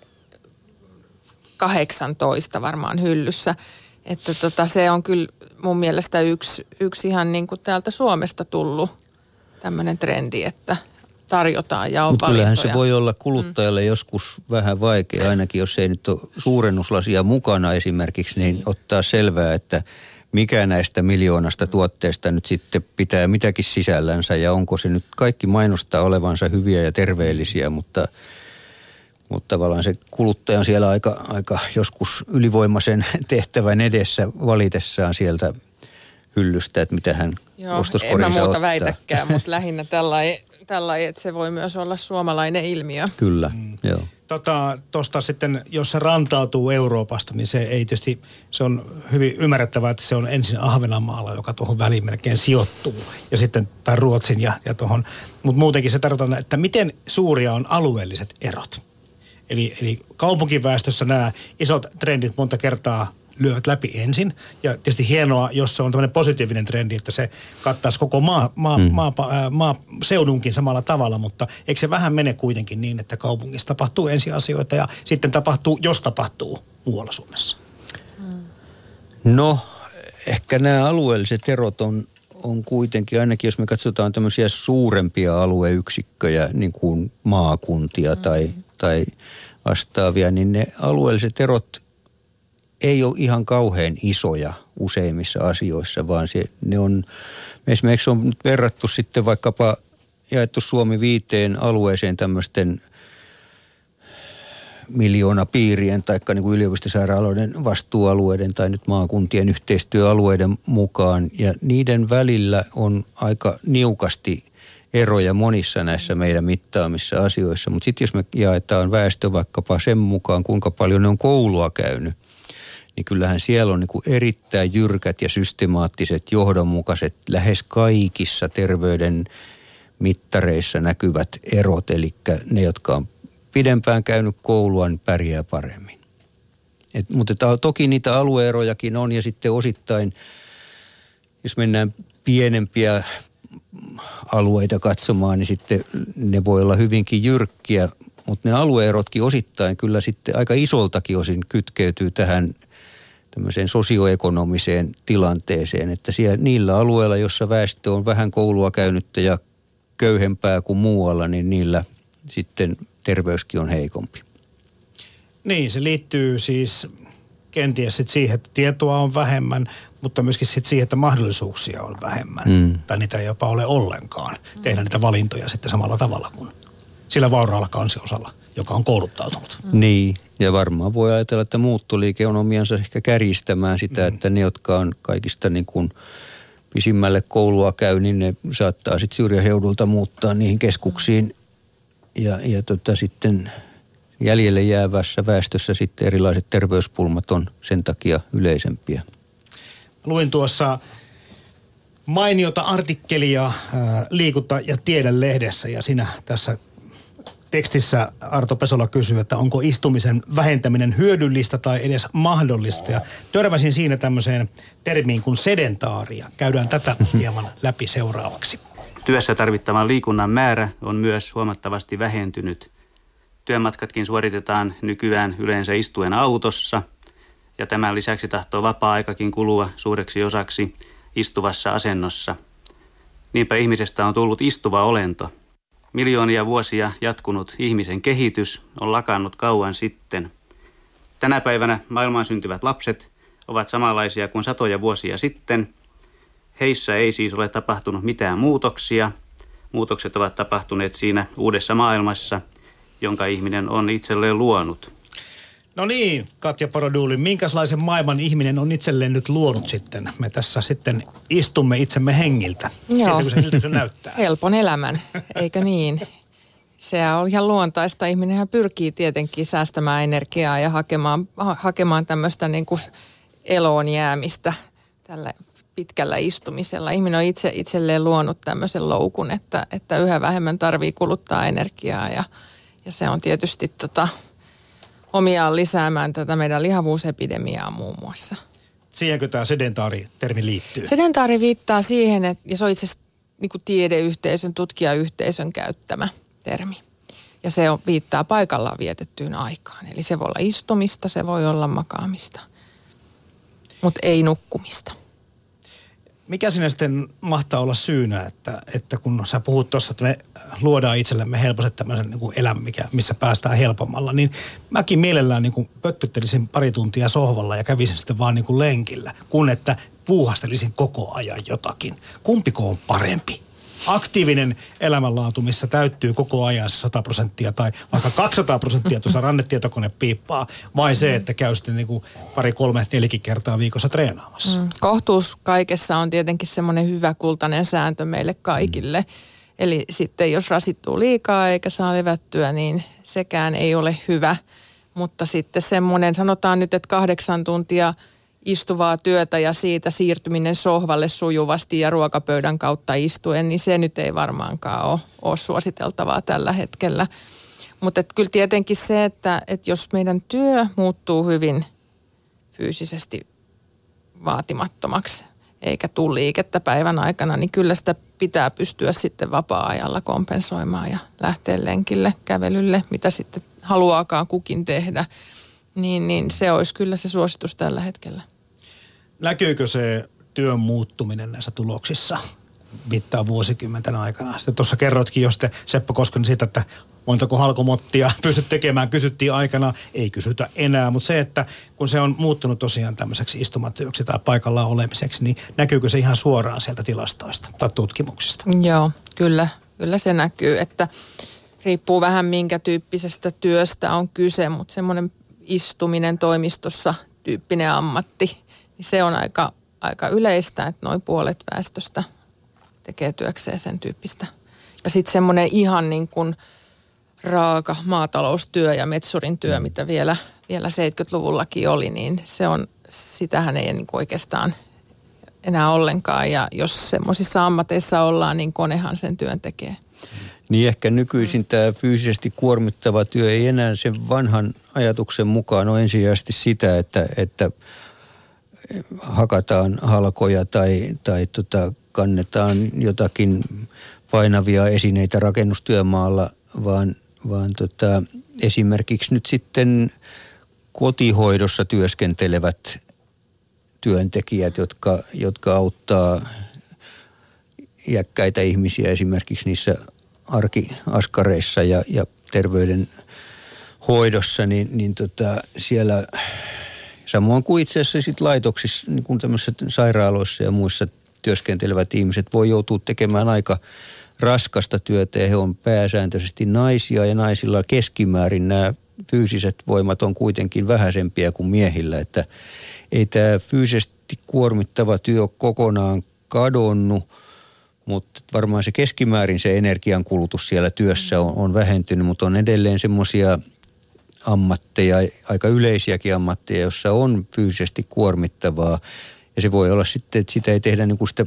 D: 18 varmaan hyllyssä. Että se on kyllä mun mielestä yksi ihan niin kuin täältä Suomesta tullut tämmöinen trendi, että tarjotaan ja on
E: valintoja. Mutta kyllähän se voi olla kuluttajalle joskus vähän vaikea, ainakin jos ei nyt ole suurennuslasia mukana esimerkiksi, niin ottaa selvää, että mikä näistä miljoonasta tuotteista nyt sitten pitää mitäkin sisällänsä ja onko se nyt kaikki mainostaa olevansa hyviä ja terveellisiä, mutta tavallaan se kuluttaja on siellä aika joskus ylivoimaisen tehtävän edessä valitessaan sieltä hyllystä, että mitä hän ostoskorinsa ottaa.
D: En mä muuta väitäkään, mutta lähinnä tällainen, että se voi myös olla suomalainen ilmiö.
E: Kyllä, joo.
B: Tuosta sitten, jos se rantautuu Euroopasta, niin se ei tietysti, se on hyvin ymmärrettävää, että se on ensin Ahvenanmaalla, joka tuohon väliin melkein sijoittuu. Ja sitten tai Ruotsin ja tuohon, mutta muutenkin se tarkoittaa, että miten suuria on alueelliset erot. Eli kaupunkiväestössä nämä isot trendit monta kertaa lyövät läpi ensin. Ja tietysti hienoa, jos se on tämmöinen positiivinen trendi, että se kattaisi koko maaseudunkin samalla tavalla, mutta eikö se vähän mene kuitenkin niin, että kaupungissa tapahtuu ensin asioita ja sitten tapahtuu, jos tapahtuu muualla Suomessa?
E: No, ehkä nämä alueelliset erot on kuitenkin, ainakin jos me katsotaan tämmöisiä suurempia alueyksikköjä, niin kuin maakuntia tai vastaavia, niin ne alueelliset erot ei ole ihan kauhean isoja useimmissa asioissa, vaan ne on, esimerkiksi on nyt verrattu sitten vaikkapa jaettu Suomi 5 alueeseen tämmöisten miljoonapiirien tai niin kuin yliopistosairaaloiden vastuualueiden tai nyt maakuntien yhteistyöalueiden mukaan. Ja niiden välillä on aika niukasti eroja monissa näissä meidän mittaamissa asioissa. Mutta sitten jos me jaetaan väestö vaikkapa sen mukaan, kuinka paljon ne on koulua käynyt, niin kyllähän siellä on niin kuin erittäin jyrkät ja systemaattiset, johdonmukaiset, lähes kaikissa terveyden mittareissa näkyvät erot. Eli ne, jotka on pidempään käynyt koulua, niin pärjää paremmin. Mutta toki niitä alueerojakin on ja sitten osittain, jos mennään pienempiä alueita katsomaan, niin sitten ne voi olla hyvinkin jyrkkiä, mutta ne alueerotkin osittain kyllä sitten aika isoltakin osin kytkeytyy tähän tämmöiseen sosioekonomiseen tilanteeseen, että siellä, niillä alueilla, jossa väestö on vähän koulua käynyttä ja köyhempää kuin muualla, niin niillä sitten terveyskin on heikompi.
B: Niin, se liittyy siis kenties sit siihen, että tietoa on vähemmän, mutta myöskin sit siihen, että mahdollisuuksia on vähemmän. Tai niitä ei jopa ole ollenkaan. Tehdä niitä valintoja sitten samalla tavalla kuin sillä vauraalla kansiosalla, joka on kouluttautunut.
E: Niin, ja varmaan voi ajatella, että muuttoliike on omiansa ehkä kärjistämään sitä, että ne, jotka on kaikista niin kuin pisimmälle koulua käy, niin ne saattaa sitten syrjäseudulta muuttaa niihin keskuksiin ja sitten jäljelle jäävässä väestössä sitten erilaiset terveyspulmat on sen takia yleisempiä.
B: Luin tuossa mainiota artikkelia Liikunta- ja tiede-lehdessä ja siinä tässä tekstissä Arto Pesola kysyy, että onko istumisen vähentäminen hyödyllistä tai edes mahdollista. Ja törmäsin siinä tämmöiseen termiin kuin sedentaaria. Käydään tätä hieman läpi seuraavaksi.
A: Työssä tarvittavan liikunnan määrä on myös huomattavasti vähentynyt. Työmatkatkin suoritetaan nykyään yleensä istuen autossa ja tämän lisäksi tahtoo vapaa-aikakin kulua suureksi osaksi istuvassa asennossa. Niinpä ihmisestä on tullut istuva olento. Miljoonia vuosia jatkunut ihmisen kehitys on lakannut kauan sitten. Tänä päivänä maailmaan syntyvät lapset ovat samanlaisia kuin satoja vuosia sitten. Heissä ei siis ole tapahtunut mitään muutoksia. Muutokset ovat tapahtuneet siinä uudessa maailmassa, jonka ihminen on itselleen luonut.
B: No niin, Katja Paroduuli, minkälaisen maailman ihminen on itselleen nyt luonut sitten? Me tässä sitten istumme itsemme hengiltä.
D: Joo.
B: Siltä se näyttää.
D: Helpon elämän, eikö niin? Se on ihan luontaista. Ihminenhän pyrkii tietenkin säästämään energiaa ja hakemaan tämmöistä niin kuin eloon jäämistä tällä pitkällä istumisella. Ihminen on itselleen luonut tämmöisen loukun, että yhä vähemmän tarvii kuluttaa energiaa ja se on tietysti omiaan lisäämään tätä meidän lihavuusepidemiaa muun muassa.
B: Siihenkö tämä sedentaari-termi liittyy?
D: Sedentaari viittaa siihen, ja se on itse asiassa niin kuin tiedeyhteisön, tutkijayhteisön käyttämä termi. Ja se viittaa paikallaan vietettyyn aikaan. Eli se voi olla istumista, se voi olla makaamista, mutta ei nukkumista.
B: Mikä siinä sitten mahtaa olla syynä, että kun sä puhut tuossa, että me luodaan itsellemme helposti tämmöisen niin kuin elämä, missä päästään helpommalla, niin mäkin mielellään niin kuin pöttyttelisin pari tuntia sohvalla ja kävisin sitten vaan niin kuin lenkillä, kun että puuhastelisin koko ajan jotakin. Kumpiko on parempi? Aktiivinen elämänlaatu, missä täyttyy koko ajan se 100% tai vaikka 200% tuossa rannetietokone piippaa, vai se, että käy sitten niin kuin 2, 3, 4 kertaa viikossa treenaamassa.
D: Kohtuus kaikessa on tietenkin semmoinen hyvä kultainen sääntö meille kaikille. Eli sitten jos rasittuu liikaa eikä saa levättyä, niin sekään ei ole hyvä. Mutta sitten semmoinen, sanotaan nyt, että 8 tuntia istuvaa työtä ja siitä siirtyminen sohvalle sujuvasti ja ruokapöydän kautta istuen, niin se nyt ei varmaankaan ole suositeltavaa tällä hetkellä. Mutta kyllä tietenkin se, että jos meidän työ muuttuu hyvin fyysisesti vaatimattomaksi, eikä tule liikettä päivän aikana, niin kyllä sitä pitää pystyä sitten vapaa-ajalla kompensoimaan ja lähteä lenkille, kävelylle, mitä sitten haluaakaan kukin tehdä. Niin se olisi kyllä se suositus tällä hetkellä.
B: Näkyykö se työn muuttuminen näissä tuloksissa mittaan vuosikymmenten aikana? Sitten tuossa kerroitkin jo sitten Seppo Koskinen siitä, että montako halkomottia pystyt tekemään, kysyttiin aikana, ei kysytä enää. Mutta se, että kun se on muuttunut tosiaan tämmöiseksi istumatyöksi tai paikallaan olemiseksi, niin näkyykö se ihan suoraan sieltä tilastoista tai tutkimuksista?
D: Joo, kyllä se näkyy, että riippuu vähän minkä tyyppisestä työstä on kyse, mutta semmoinen istuminen toimistossa tyyppinen ammatti, niin se on aika yleistä, että noin puolet väestöstä tekee työkseen sen tyyppistä. Ja sitten semmoinen ihan niin kuin raaka maataloustyö ja metsurin työ, mitä vielä 70-luvullakin oli, niin sitähän ei niin kuin oikeastaan enää ollenkaan. Ja jos semmoisissa ammateissa ollaan, niin konehan sen työn tekee.
E: Niin ehkä nykyisin tämä fyysisesti kuormittava työ ei enää sen vanhan ajatuksen mukaan ole ensisijaisesti sitä, että hakataan halkoja tai kannetaan jotakin painavia esineitä rakennustyömaalla, vaan esimerkiksi nyt sitten kotihoidossa työskentelevät työntekijät, jotka auttaa iäkkäitä ihmisiä esimerkiksi niissä arkiaskareissa ja terveydenhoidossa, niin siellä samoin kuin itse asiassa sit laitoksissa, niin kuin tämmöisissä sairaaloissa ja muissa työskentelevät ihmiset voi joutua tekemään aika raskasta työtä ja he on pääsääntöisesti naisia ja naisilla keskimäärin nämä fyysiset voimat on kuitenkin vähäisempiä kuin miehillä, että ei tämä fyysisesti kuormittava työ ole kokonaan kadonnut, mutta varmaan se keskimäärin se energiankulutus siellä työssä on vähentynyt, mutta on edelleen semmoisia ammatteja, aika yleisiäkin ammatteja, joissa on fyysisesti kuormittavaa. Ja se voi olla sitten, että sitä ei tehdä niin kuin sitä,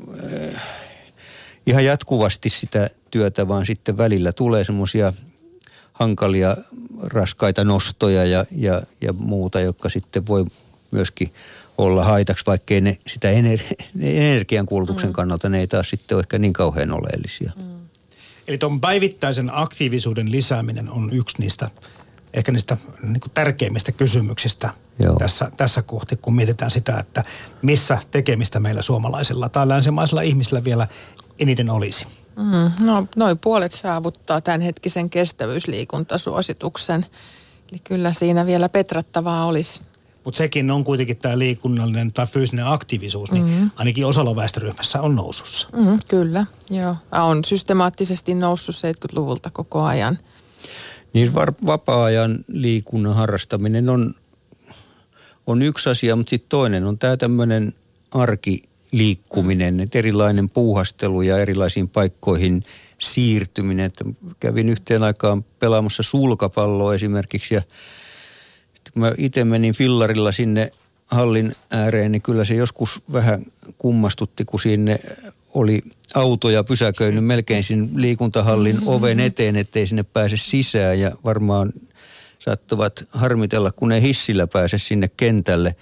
E: ihan jatkuvasti sitä työtä, vaan sitten välillä tulee semmoisia hankalia, raskaita nostoja ja muuta, jotka sitten voi myöskin olla haitaksi, vaikkei ne sitä energiankulutuksen kannalta ne ei taas sitten ole ehkä niin kauhean oleellisia.
B: Eli tuon päivittäisen aktiivisuuden lisääminen on yksi niistä ehkä niistä niin kuin tärkeimmistä kysymyksistä tässä kohti, kun mietitään sitä, että missä tekemistä meillä suomalaisilla tai länsimaisilla ihmisillä vielä eniten olisi.
D: No noin puolet saavuttaa tämänhetkisen kestävyysliikuntasuosituksen. Eli kyllä siinä vielä petrattavaa olisi.
B: Mutta sekin on kuitenkin tämä liikunnallinen tai fyysinen aktiivisuus, niin ainakin osalla väestöryhmässä on nousussa.
D: Kyllä, joo. On systemaattisesti noussut 70-luvulta koko ajan.
E: Niin vapaa-ajan liikunnan harrastaminen on yksi asia, mutta sitten toinen on tämä tämmöinen arkiliikkuminen, että erilainen puuhastelu ja erilaisiin paikkoihin siirtyminen. Että kävin yhteen aikaan pelaamassa sulkapalloa esimerkiksi ja kun mä itse menin fillarilla sinne hallin ääreen, niin kyllä se joskus vähän kummastutti, kun sinne oli autoja pysäköinyt melkein sinne liikuntahallin oven eteen, ettei sinne pääse sisään ja varmaan saattavat harmitella, kun ei hissillä pääse sinne kentälle.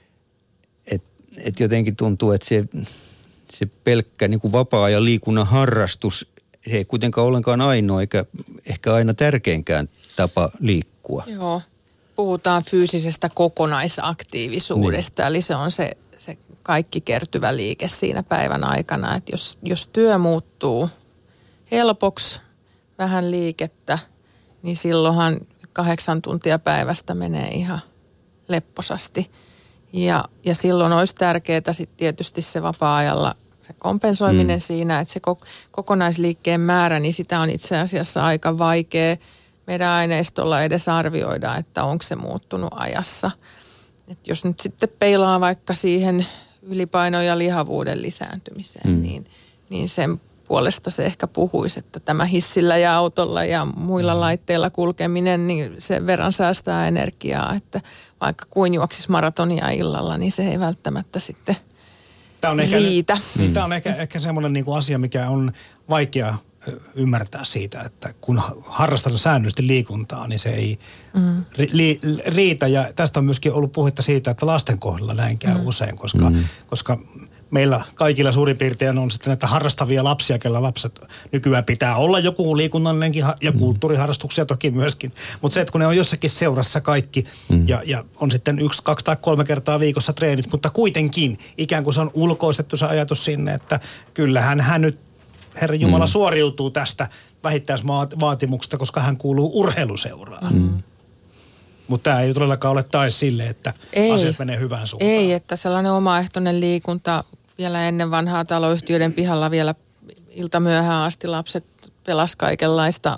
E: Et jotenkin tuntuu, että se pelkkä niin kuin vapaa-ajan liikunnan harrastus, se ei kuitenkaan ollenkaan ainoa eikä ehkä aina tärkeinkään tapa liikkua.
D: Joo, puhutaan fyysisestä kokonaisaktiivisuudesta, eli se on se kaikki kertyvä liike siinä päivän aikana, että jos työ muuttuu helpoksi, vähän liikettä, niin silloinhan 8 tuntia päivästä menee ihan lepposasti. Ja silloin olisi tärkeää sitten tietysti se vapaa-ajalla se kompensoiminen siinä, että se kokonaisliikkeen määrä, niin sitä on itse asiassa aika vaikea meidän aineistolla edes arvioida, että onko se muuttunut ajassa. Et jos nyt sitten peilaa vaikka siihen ylipainon ja lihavuuden lisääntymiseen, niin sen puolesta se ehkä puhuisi, että tämä hissillä ja autolla ja muilla laitteilla kulkeminen, niin sen verran säästää energiaa, että vaikka kuin juoksisi maratonia illalla, niin se ei välttämättä sitten riitä.
B: Tämä on ehkä semmoinen niin kuin asia, mikä on vaikea ymmärtää siitä, että kun harrastan säännöllisesti liikuntaa, niin se ei riitä. Ja tästä on myöskin ollut puhetta siitä, että lasten kohdalla näin käy usein, koska meillä kaikilla suurin piirtein on sitten näitä harrastavia lapsia, kellä lapset nykyään pitää olla joku liikunnallinenkin ja kulttuuriharrastuksia toki myöskin. Mutta se, että kun ne on jossakin seurassa kaikki ja on sitten 1, 2 tai 3 kertaa viikossa treenit, mutta kuitenkin ikään kuin se on ulkoistettu se ajatus sinne, että kyllähän hän nyt Herran Jumala suoriutuu tästä vähittäisvaatimuksesta, koska hän kuuluu urheiluseuraan. Mutta tämä ei todellakaan ole taas sille, että asiat menee hyvään suuntaan.
D: Ei, että sellainen omaehtoinen liikunta vielä ennen vanhaa taloyhtiöiden pihalla vielä iltamyöhään asti lapset pelas kaikenlaista.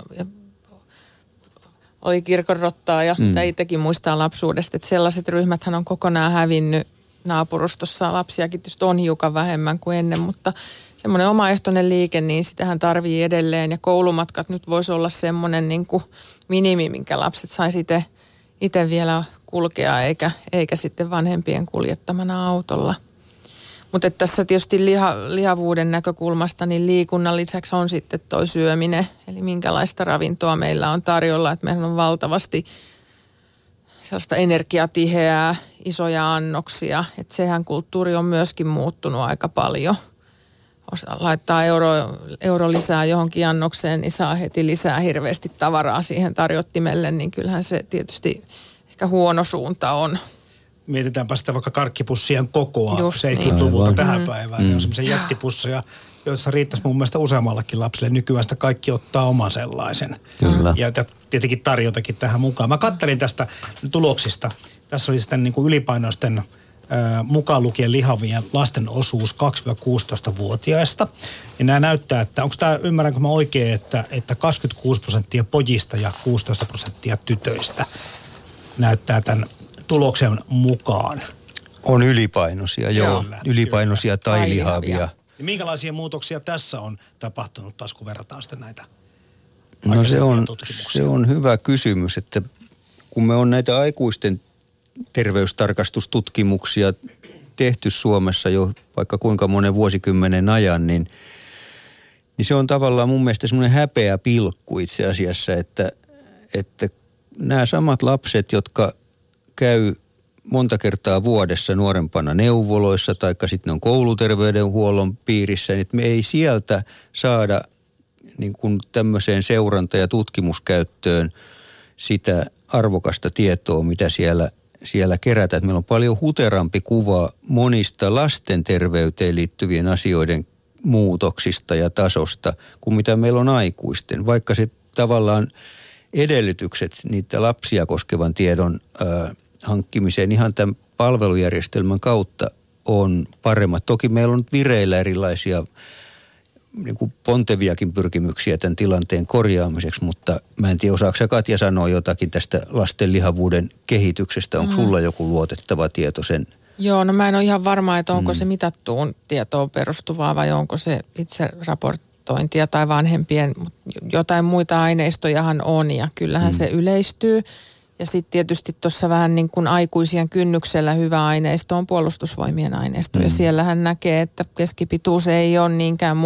D: Oli kirkonrottaa ja itsekin muistaa lapsuudesta, että sellaiset ryhmäthän on kokonaan hävinnyt naapurustossa. Lapsiakin tietysti on hiukan vähemmän kuin ennen, mutta semmoinen omaehtoinen liike, niin sitähän tarvii edelleen. Ja koulumatkat nyt voisi olla semmoinen niin kuin minimi, minkä lapset saisi itse vielä kulkea, eikä sitten vanhempien kuljettamana autolla. Mutta tässä tietysti lihavuuden näkökulmasta niin liikunnan lisäksi on sitten toi syöminen. Eli minkälaista ravintoa meillä on tarjolla, että meillä on valtavasti sellaista energiatiheää, isoja annoksia. Että sehän kulttuuri on myöskin muuttunut aika paljon. Jos laittaa euro lisää johonkin annokseen, niin saa heti lisää hirveästi tavaraa siihen tarjottimelle, niin kyllähän se tietysti ehkä huono suunta on.
B: Mietitäänpä sitä vaikka karkkipussien kokoa 70-luvulta tähän päivään. Ne on semmoisia jättipusseja, joissa riittäisi mun mielestä useammallakin lapselle. Nykyään sitä kaikki ottaa oman sellaisen.
E: Kyllä.
B: Ja tietenkin tarjontakin tähän mukaan. Mä kattelin tästä tuloksista. Tässä oli sitten niin kuin ylipainoisten mukaan lukien lihavien lasten osuus 2-16-vuotiaista. Ja nämä näyttää, että onko tämä, ymmärränkö mä oikein, että 26% pojista ja 16% tytöistä näyttää tämän tuloksen mukaan.
E: On ylipainoisia, joo. Ylipainoisia tai lihavia.
B: Ja minkälaisia muutoksia tässä on tapahtunut taas, kun verrataan sitten näitä
E: se on hyvä kysymys, että kun me on näitä aikuisten terveystarkastustutkimuksia tehty Suomessa jo vaikka kuinka monen vuosikymmenen ajan, niin se on tavallaan mun mielestä semmoinen häpeä pilkku itse asiassa, että nämä samat lapset, jotka käy monta kertaa vuodessa nuorempana neuvoloissa tai sitten ne on kouluterveydenhuollon piirissä, niin me ei sieltä saada niin kuin tämmöiseen seuranta- ja tutkimuskäyttöön sitä arvokasta tietoa, mitä siellä kerätään. Meillä on paljon huterampi kuva monista lasten terveyteen liittyvien asioiden muutoksista ja tasosta kuin mitä meillä on aikuisten, vaikka se tavallaan edellytykset niitä lapsia koskevan tiedon hankkimiseen ihan tämän palvelujärjestelmän kautta on paremmat. Toki meillä on vireillä erilaisia niin kuin ponteviakin pyrkimyksiä tämän tilanteen korjaamiseksi, mutta mä en tiedä, osaako sä Katja sanoa jotakin tästä lasten lihavuuden kehityksestä? Onko sulla joku luotettava tieto sen?
D: Joo, no mä en ole ihan varma, että onko se mitattuun tietoon perustuvaa vai onko se itse raportointia tai vanhempien, mutta jotain muita aineistojahan on ja kyllähän se yleistyy. Ja sitten tietysti tuossa vähän niin kuin aikuisien kynnyksellä hyvä aineisto on puolustusvoimien aineisto. Ja siellähän näkee, että keskipituus ei ole niinkään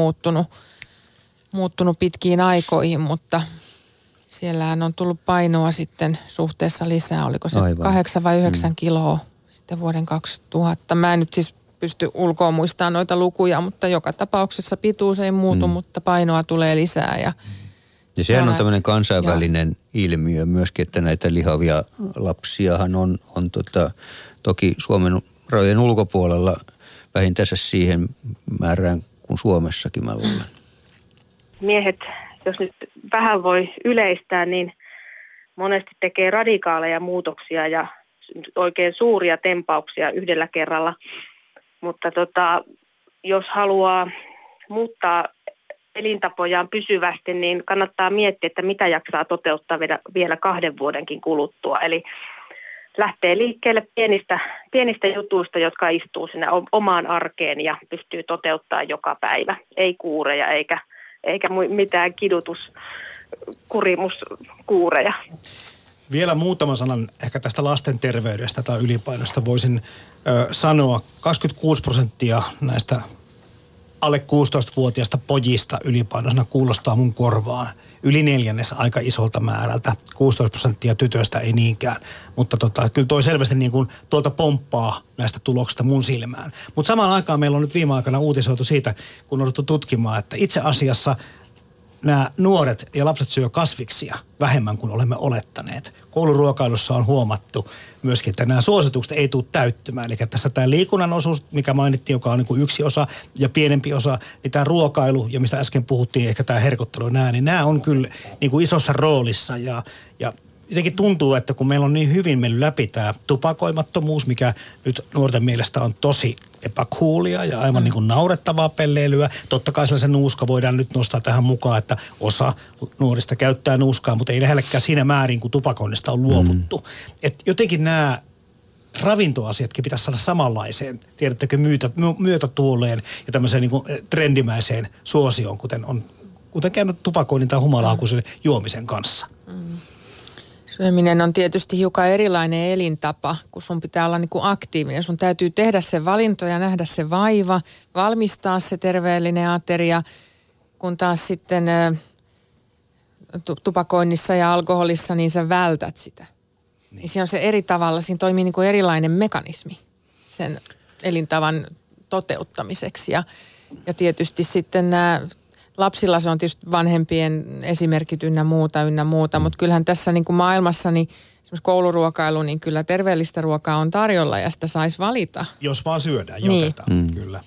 D: muuttunut pitkiin aikoihin, mutta siellähän on tullut painoa sitten suhteessa lisää. Oliko se 8 vai 9 kiloa sitten vuoden 2000. Mä en nyt siis pysty ulkoa muistamaan noita lukuja, mutta joka tapauksessa pituus ei muutu, mutta painoa tulee lisää
E: ja sehän on tämmöinen kansainvälinen ilmiö myöskin, että näitä lihavia lapsiahan on toki Suomen rajojen ulkopuolella vähintänsä siihen määrään kuin Suomessakin mä luulen.
I: Miehet, jos nyt vähän voi yleistää, niin monesti tekee radikaaleja muutoksia ja oikein suuria tempauksia yhdellä kerralla. Mutta jos haluaa muuttaa elintapojaan pysyvästi, niin kannattaa miettiä, että mitä jaksaa toteuttaa vielä 2 vuodenkin kuluttua. Eli lähtee liikkeelle pienistä jutuista, jotka istuu sinne omaan arkeen ja pystyy toteuttamaan joka päivä. Ei kuureja eikä mitään kurimuskuureja.
B: Vielä muutaman sanan ehkä tästä lasten terveydestä tai ylipainosta voisin sanoa. 26% näistä alle 16-vuotiaista pojista ylipainoisena kuulostaa mun korvaan. Yli 1/4 aika isolta määrältä. 16% tytöistä ei niinkään. Mutta kyllä toi selvästi niin kuin tuolta pomppaa näistä tuloksista mun silmään. Mutta samaan aikaan meillä on nyt viime aikana uutisoitu siitä, kun on otettu tutkimaan, että itse asiassa nämä nuoret ja lapset syö kasviksia vähemmän kuin olemme olettaneet. Kouluruokailussa on huomattu myöskin, että nämä suositukset ei tule täyttymään. Eli tässä tämä liikunnan osuus, mikä mainittiin, joka on niin kuin yksi osa ja pienempi osa, niin tämä ruokailu ja mistä äsken puhuttiin, ehkä tämä herkottelu ja niin nämä on kyllä niin kuin isossa roolissa ja jotenkin tuntuu, että kun meillä on niin hyvin mennyt läpi tämä tupakoimattomuus, mikä nyt nuorten mielestä on tosi epäkuulia ja aivan niin kuin naurettavaa pelleilyä. Totta kai sellaisen nuuska voidaan nyt nostaa tähän mukaan, että osa nuorista käyttää nuuskaa, mutta ei lähellekään siinä määrin, kun tupakoinnista on luovuttu. Et jotenkin nämä ravintoasiatkin pitäisi saada samanlaiseen, tiedättekö, myötätuoleen ja tämmöiseen niin kuin trendimäiseen suosioon, kuten käynyt tupakoinnin tai humalahakuisen juomisen kanssa.
D: Syöminen on tietysti hiukan erilainen elintapa, kun sun pitää olla niin kuin aktiivinen. Sun täytyy tehdä se valinto ja nähdä se vaiva, valmistaa se terveellinen ateria, kun taas sitten tupakoinnissa ja alkoholissa niin sä vältät sitä. Niin siinä on se eri tavalla, siinä toimii niin kuin erilainen mekanismi sen elintavan toteuttamiseksi. Ja tietysti sitten nämä lapsilla se on tietysti vanhempien esimerkit ynnä muuta, mutta kyllähän tässä niin kuin maailmassa, niin esimerkiksi kouluruokailu, niin kyllä terveellistä ruokaa on tarjolla ja sitä saisi valita.
B: Jos vaan syödään, jotetaan, kyllä.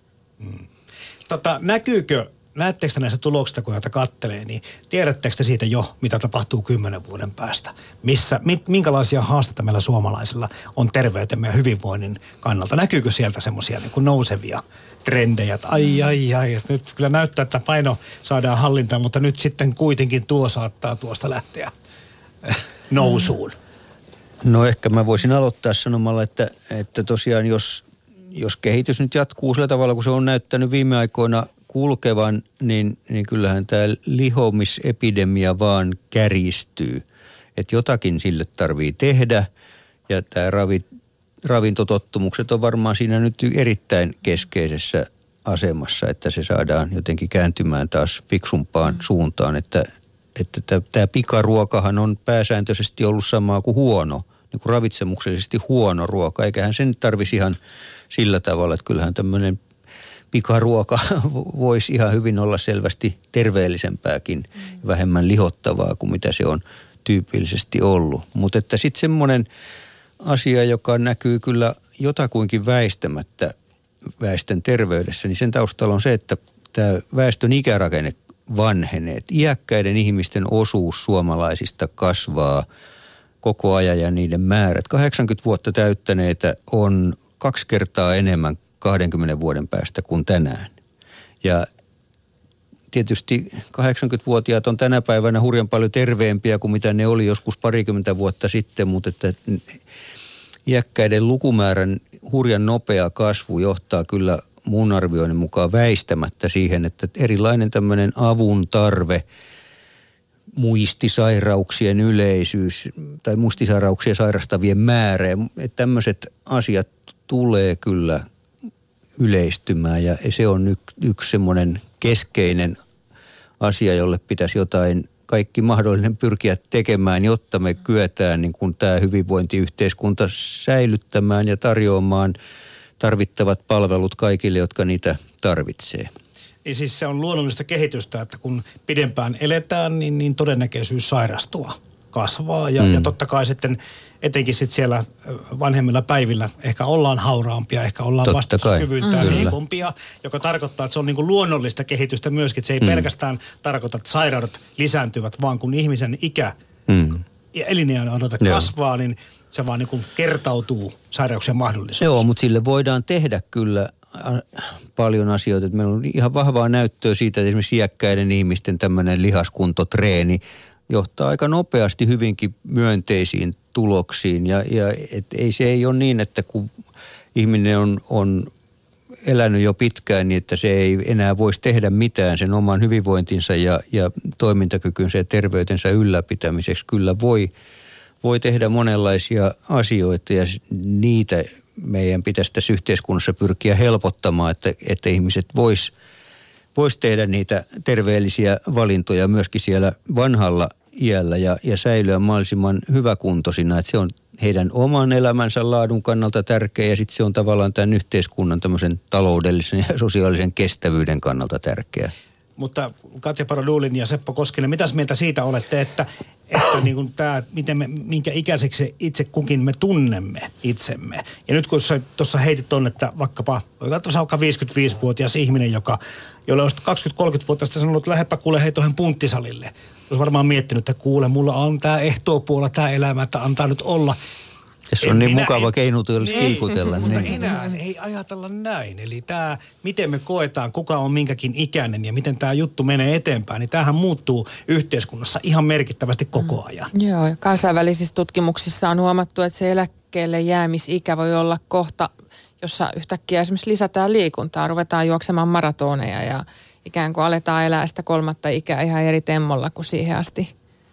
B: Näettekö te näistä tuloksista, kun näitä kattelee, niin tiedättekö te siitä jo, mitä tapahtuu 10 vuoden päästä? Minkälaisia haasteita meillä suomalaisilla on terveytemme ja hyvinvoinnin kannalta? Näkyykö sieltä semmoisia niin kuin nousevia trendejä, että että nyt kyllä näyttää, että paino saadaan hallintaan, mutta nyt sitten kuitenkin tuo saattaa tuosta lähteä nousuun.
E: No ehkä mä voisin aloittaa sanomalla, että tosiaan jos kehitys nyt jatkuu sillä tavalla, kun se on näyttänyt viime aikoina kulkevan, niin kyllähän tämä lihomisepidemia vaan kärjistyy. Että jotakin sille tarvii tehdä ja tämä ravintotottumukset on varmaan siinä nyt erittäin keskeisessä asemassa, että se saadaan jotenkin kääntymään taas fiksumpaan suuntaan, että tämä pikaruokahan on pääsääntöisesti ollut samaa kuin huono, niin kuin ravitsemuksellisesti huono ruoka, eiköhän se nyt tarvitsisi ihan sillä tavalla, että kyllähän tämmöinen pikaruoka voisi ihan hyvin olla selvästi terveellisempääkin, vähemmän lihottavaa kuin mitä se on tyypillisesti ollut. Mutta että sitten semmoinen asia, joka näkyy kyllä jotakuinkin väistämättä väestön terveydessä, niin sen taustalla on se, että tämä väestön ikärakenne vanhenee. Iäkkäiden ihmisten osuus suomalaisista kasvaa koko ajan ja niiden määrät. 80 vuotta täyttäneitä on 2 kertaa enemmän 20 vuoden päästä kuin tänään. Ja tietysti 80-vuotiaat on tänä päivänä hurjan paljon terveempiä kuin mitä ne oli joskus 20 vuotta sitten, mutta että iäkkäiden lukumäärän hurjan nopea kasvu johtaa kyllä mun arvioinnin mukaan väistämättä siihen, että erilainen tämmöinen avun tarve, muistisairauksien yleisyys tai muistisairauksia sairastavien määrä, että tämmöiset asiat tulee kyllä yleistymään ja se on yksi semmoinen keskeinen asia, jolle pitäisi jotain kaikki mahdollinen pyrkiä tekemään, jotta me kyetään niin kuin tämä hyvinvointiyhteiskunta säilyttämään ja tarjoamaan tarvittavat palvelut kaikille, jotka niitä tarvitsee.
B: Ja siis se on luonnollista kehitystä, että kun pidempään eletään, niin todennäköisyys sairastua kasvaa. Ja totta kai sitten etenkin sitten siellä vanhemmilla päivillä ehkä ollaan hauraampia, ehkä ollaan vastustuskyvyltään heikompia, joka tarkoittaa, että se on niin kuin luonnollista kehitystä myöskin. Että se ei pelkästään tarkoita, että sairaudet lisääntyvät, vaan kun ihmisen ikä ja eliniän odote kasvaa, niin se vaan niin kuin kertautuu sairauksien mahdollisuus.
E: Joo, mutta sille voidaan tehdä kyllä paljon asioita. Meillä on ihan vahvaa näyttöä siitä, että esimerkiksi iäkkäiden ihmisten tämmöinen lihaskuntotreeni johtaa aika nopeasti hyvinkin myönteisiin tuloksiin. Ja se ei ole niin, että kun ihminen on elänyt jo pitkään, niin että se ei enää voisi tehdä mitään sen oman hyvinvointinsa ja toimintakykynsä ja terveytensä ylläpitämiseksi. Kyllä voi tehdä monenlaisia asioita ja niitä meidän pitäisi tässä yhteiskunnassa pyrkiä helpottamaan, että ihmiset vois tehdä niitä terveellisiä valintoja myöskin siellä vanhalla iällä ja säilyä mahdollisimman hyväkuntoisina. Että se on heidän oman elämänsä laadun kannalta tärkeä ja sitten se on tavallaan tämän yhteiskunnan tämmöisen taloudellisen ja sosiaalisen kestävyyden kannalta tärkeä.
B: Mutta Katja Parodulin ja Seppo Koskinen, mitäs mieltä siitä olette, että niin kuin tämä, minkä ikäiseksi itse kukin me tunnemme itsemme. Ja nyt kun tuossa heitit on, että vaikka 55-vuotias ihminen, jolla olisi 20-30 vuotta sitten sanonut, että lähdepä kuule hei tuohon punttisalille. Olisi varmaan miettinyt, että kuule, mulla on tämä ehtoopuolella tämä elämä, että antaa nyt olla.
E: Se on niin mukava keinutella, kilkutella.
B: Mutta enää ei ajatella näin. Eli tämä, miten me koetaan, kuka on minkäkin ikäinen ja miten tämä juttu menee eteenpäin, niin tämähän muuttuu yhteiskunnassa ihan merkittävästi koko ajan.
D: Joo, ja kansainvälisissä tutkimuksissa on huomattu, että se eläkkeelle jäämisikä voi olla kohta, jossa yhtäkkiä esimerkiksi lisätään liikuntaa, ruvetaan juoksemaan maratoneja ja ikään kuin aletaan elää sitä 3. ikää ihan eri temmolla kuin siihen asti.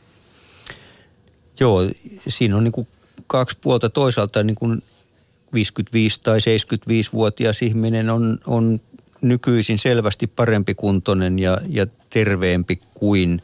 E: Joo, siinä on niin kuin 2 puolta. Toisaalta niin kuin 55- tai 75-vuotias ihminen on nykyisin selvästi parempikuntoinen ja terveempi kuin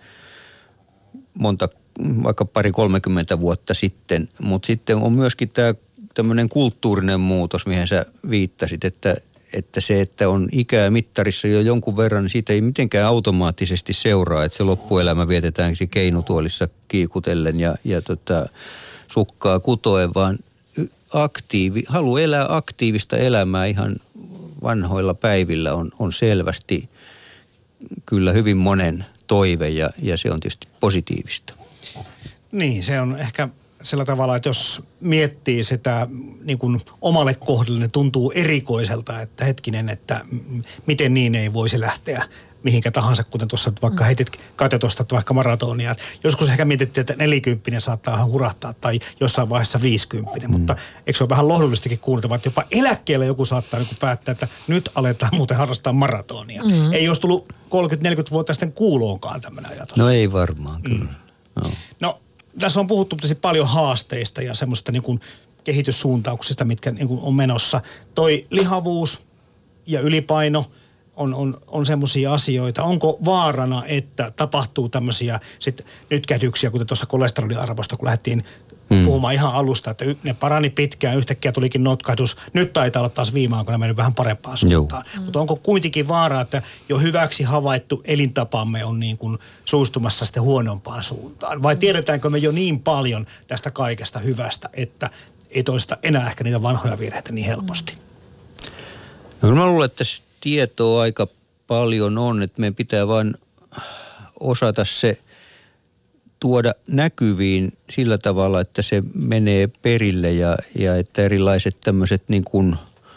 E: vaikka 30 vuotta sitten. Mutta sitten on myöskin tämä tämmöinen kulttuurinen muutos, mihin sä viittasit, että se, että on ikää mittarissa jo jonkun verran, niin siitä ei mitenkään automaattisesti seuraa, että se loppuelämä vietetään keinutuolissa kiikutellen ja sukkaa kutoen, vaan halu elää aktiivista elämää ihan vanhoilla päivillä on selvästi kyllä hyvin monen toive ja se on tietysti positiivista.
B: Niin, se on ehkä sillä tavalla, että jos miettii sitä niin kuin omalle kohdalle, niin tuntuu erikoiselta, että hetkinen, että miten niin ei voisi lähteä mihinkä tahansa, kuten tuossa vaikka heitit Katja vaikka maratonia. Joskus ehkä mietittiin, että 40 saattaa hurahtaa tai jossain vaiheessa 50, mutta eikö se ole vähän lohdullistakin kuunneltava, että jopa eläkkeellä joku saattaa niin päättää, että nyt aletaan muuten harrastaa maratonia. Ei olisi tullut 30-40 vuotta sitten kuuloonkaan tämmöinen ajatus.
E: No ei varmaan kyllä.
B: No tässä on puhuttu paljon haasteista ja semmoista niin kuin kehityssuuntauksista, mitkä niin kuin on menossa. Toi lihavuus ja ylipaino on semmoisia asioita. Onko vaarana, että tapahtuu tämmöisiä nytkähdyksiä, kuten tuossa kolesteroliarvosta, kun lähdettiin puhumaan ihan alusta, että ne parani pitkään, yhtäkkiä tulikin notkahdus. Nyt taitaa olla taas viime aikoina mennyt vähän parempaan suuntaan. Mutta onko kuitenkin vaaraa, että jo hyväksi havaittu elintapamme on niin kuin suistumassa sitten huonompaan suuntaan? Vai tiedetäänkö me jo niin paljon tästä kaikesta hyvästä, että ei toista enää ehkä niitä vanhoja virheitä niin helposti?
E: No mä luulen, että tietoa aika paljon on, että meidän pitää vain osata se tuoda näkyviin sillä tavalla, että se menee perille ja että erilaiset tämmöiset niin kuin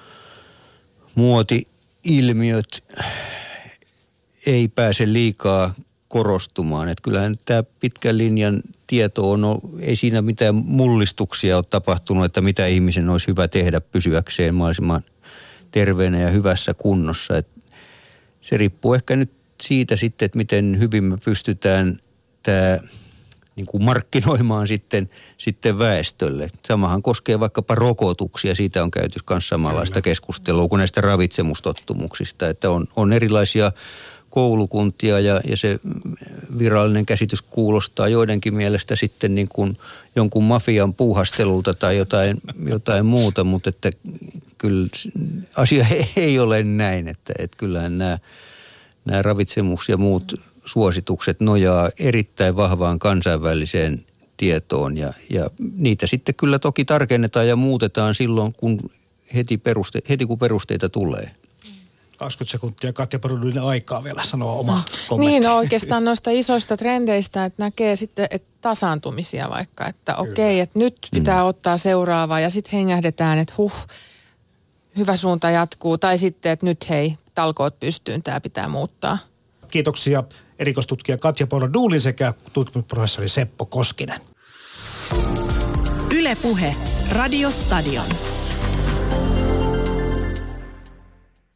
E: muoti-ilmiöt ei pääse liikaa korostumaan. Että kyllähän tämä pitkän linjan tieto ei siinä mitään mullistuksia ole tapahtunut, että mitä ihmisen olisi hyvä tehdä pysyäkseen mahdollisimman terveenä ja hyvässä kunnossa. Et se riippuu ehkä nyt siitä sitten, että miten hyvin me pystytään tämä niin kuin markkinoimaan sitten väestölle. Samahan koskee vaikkapa rokotuksia. Siitä on käyty myös samanlaista keskustelua kuin näistä ravitsemustottumuksista. Että on erilaisia koulukuntia ja se virallinen käsitys kuulostaa joidenkin mielestä sitten niin kuin jonkun mafian puuhastelulta tai jotain muuta, mutta että kyllä asia ei ole näin, että kyllähän nämä ravitsemus ja muut suositukset nojaa erittäin vahvaan kansainväliseen tietoon ja niitä sitten kyllä toki tarkennetaan ja muutetaan silloin, kun heti kun perusteita tulee.
B: 20 sekuntia Katja Borodulin aikaa vielä sanoa oma kommentti.
D: Niin, oikeastaan noista isoista trendeistä, että näkee sitten että tasaantumisia vaikka, että okei, että nyt pitää ottaa seuraavaa ja sitten hengähdetään, että hyvä suunta jatkuu. Tai sitten, että nyt hei, talkoot pystyyn, tämä pitää muuttaa.
B: Kiitoksia erikoistutkija Katja Borodulin sekä tutkimusprofessori Seppo Koskinen.
C: Yle Puhe, Radio Stadion.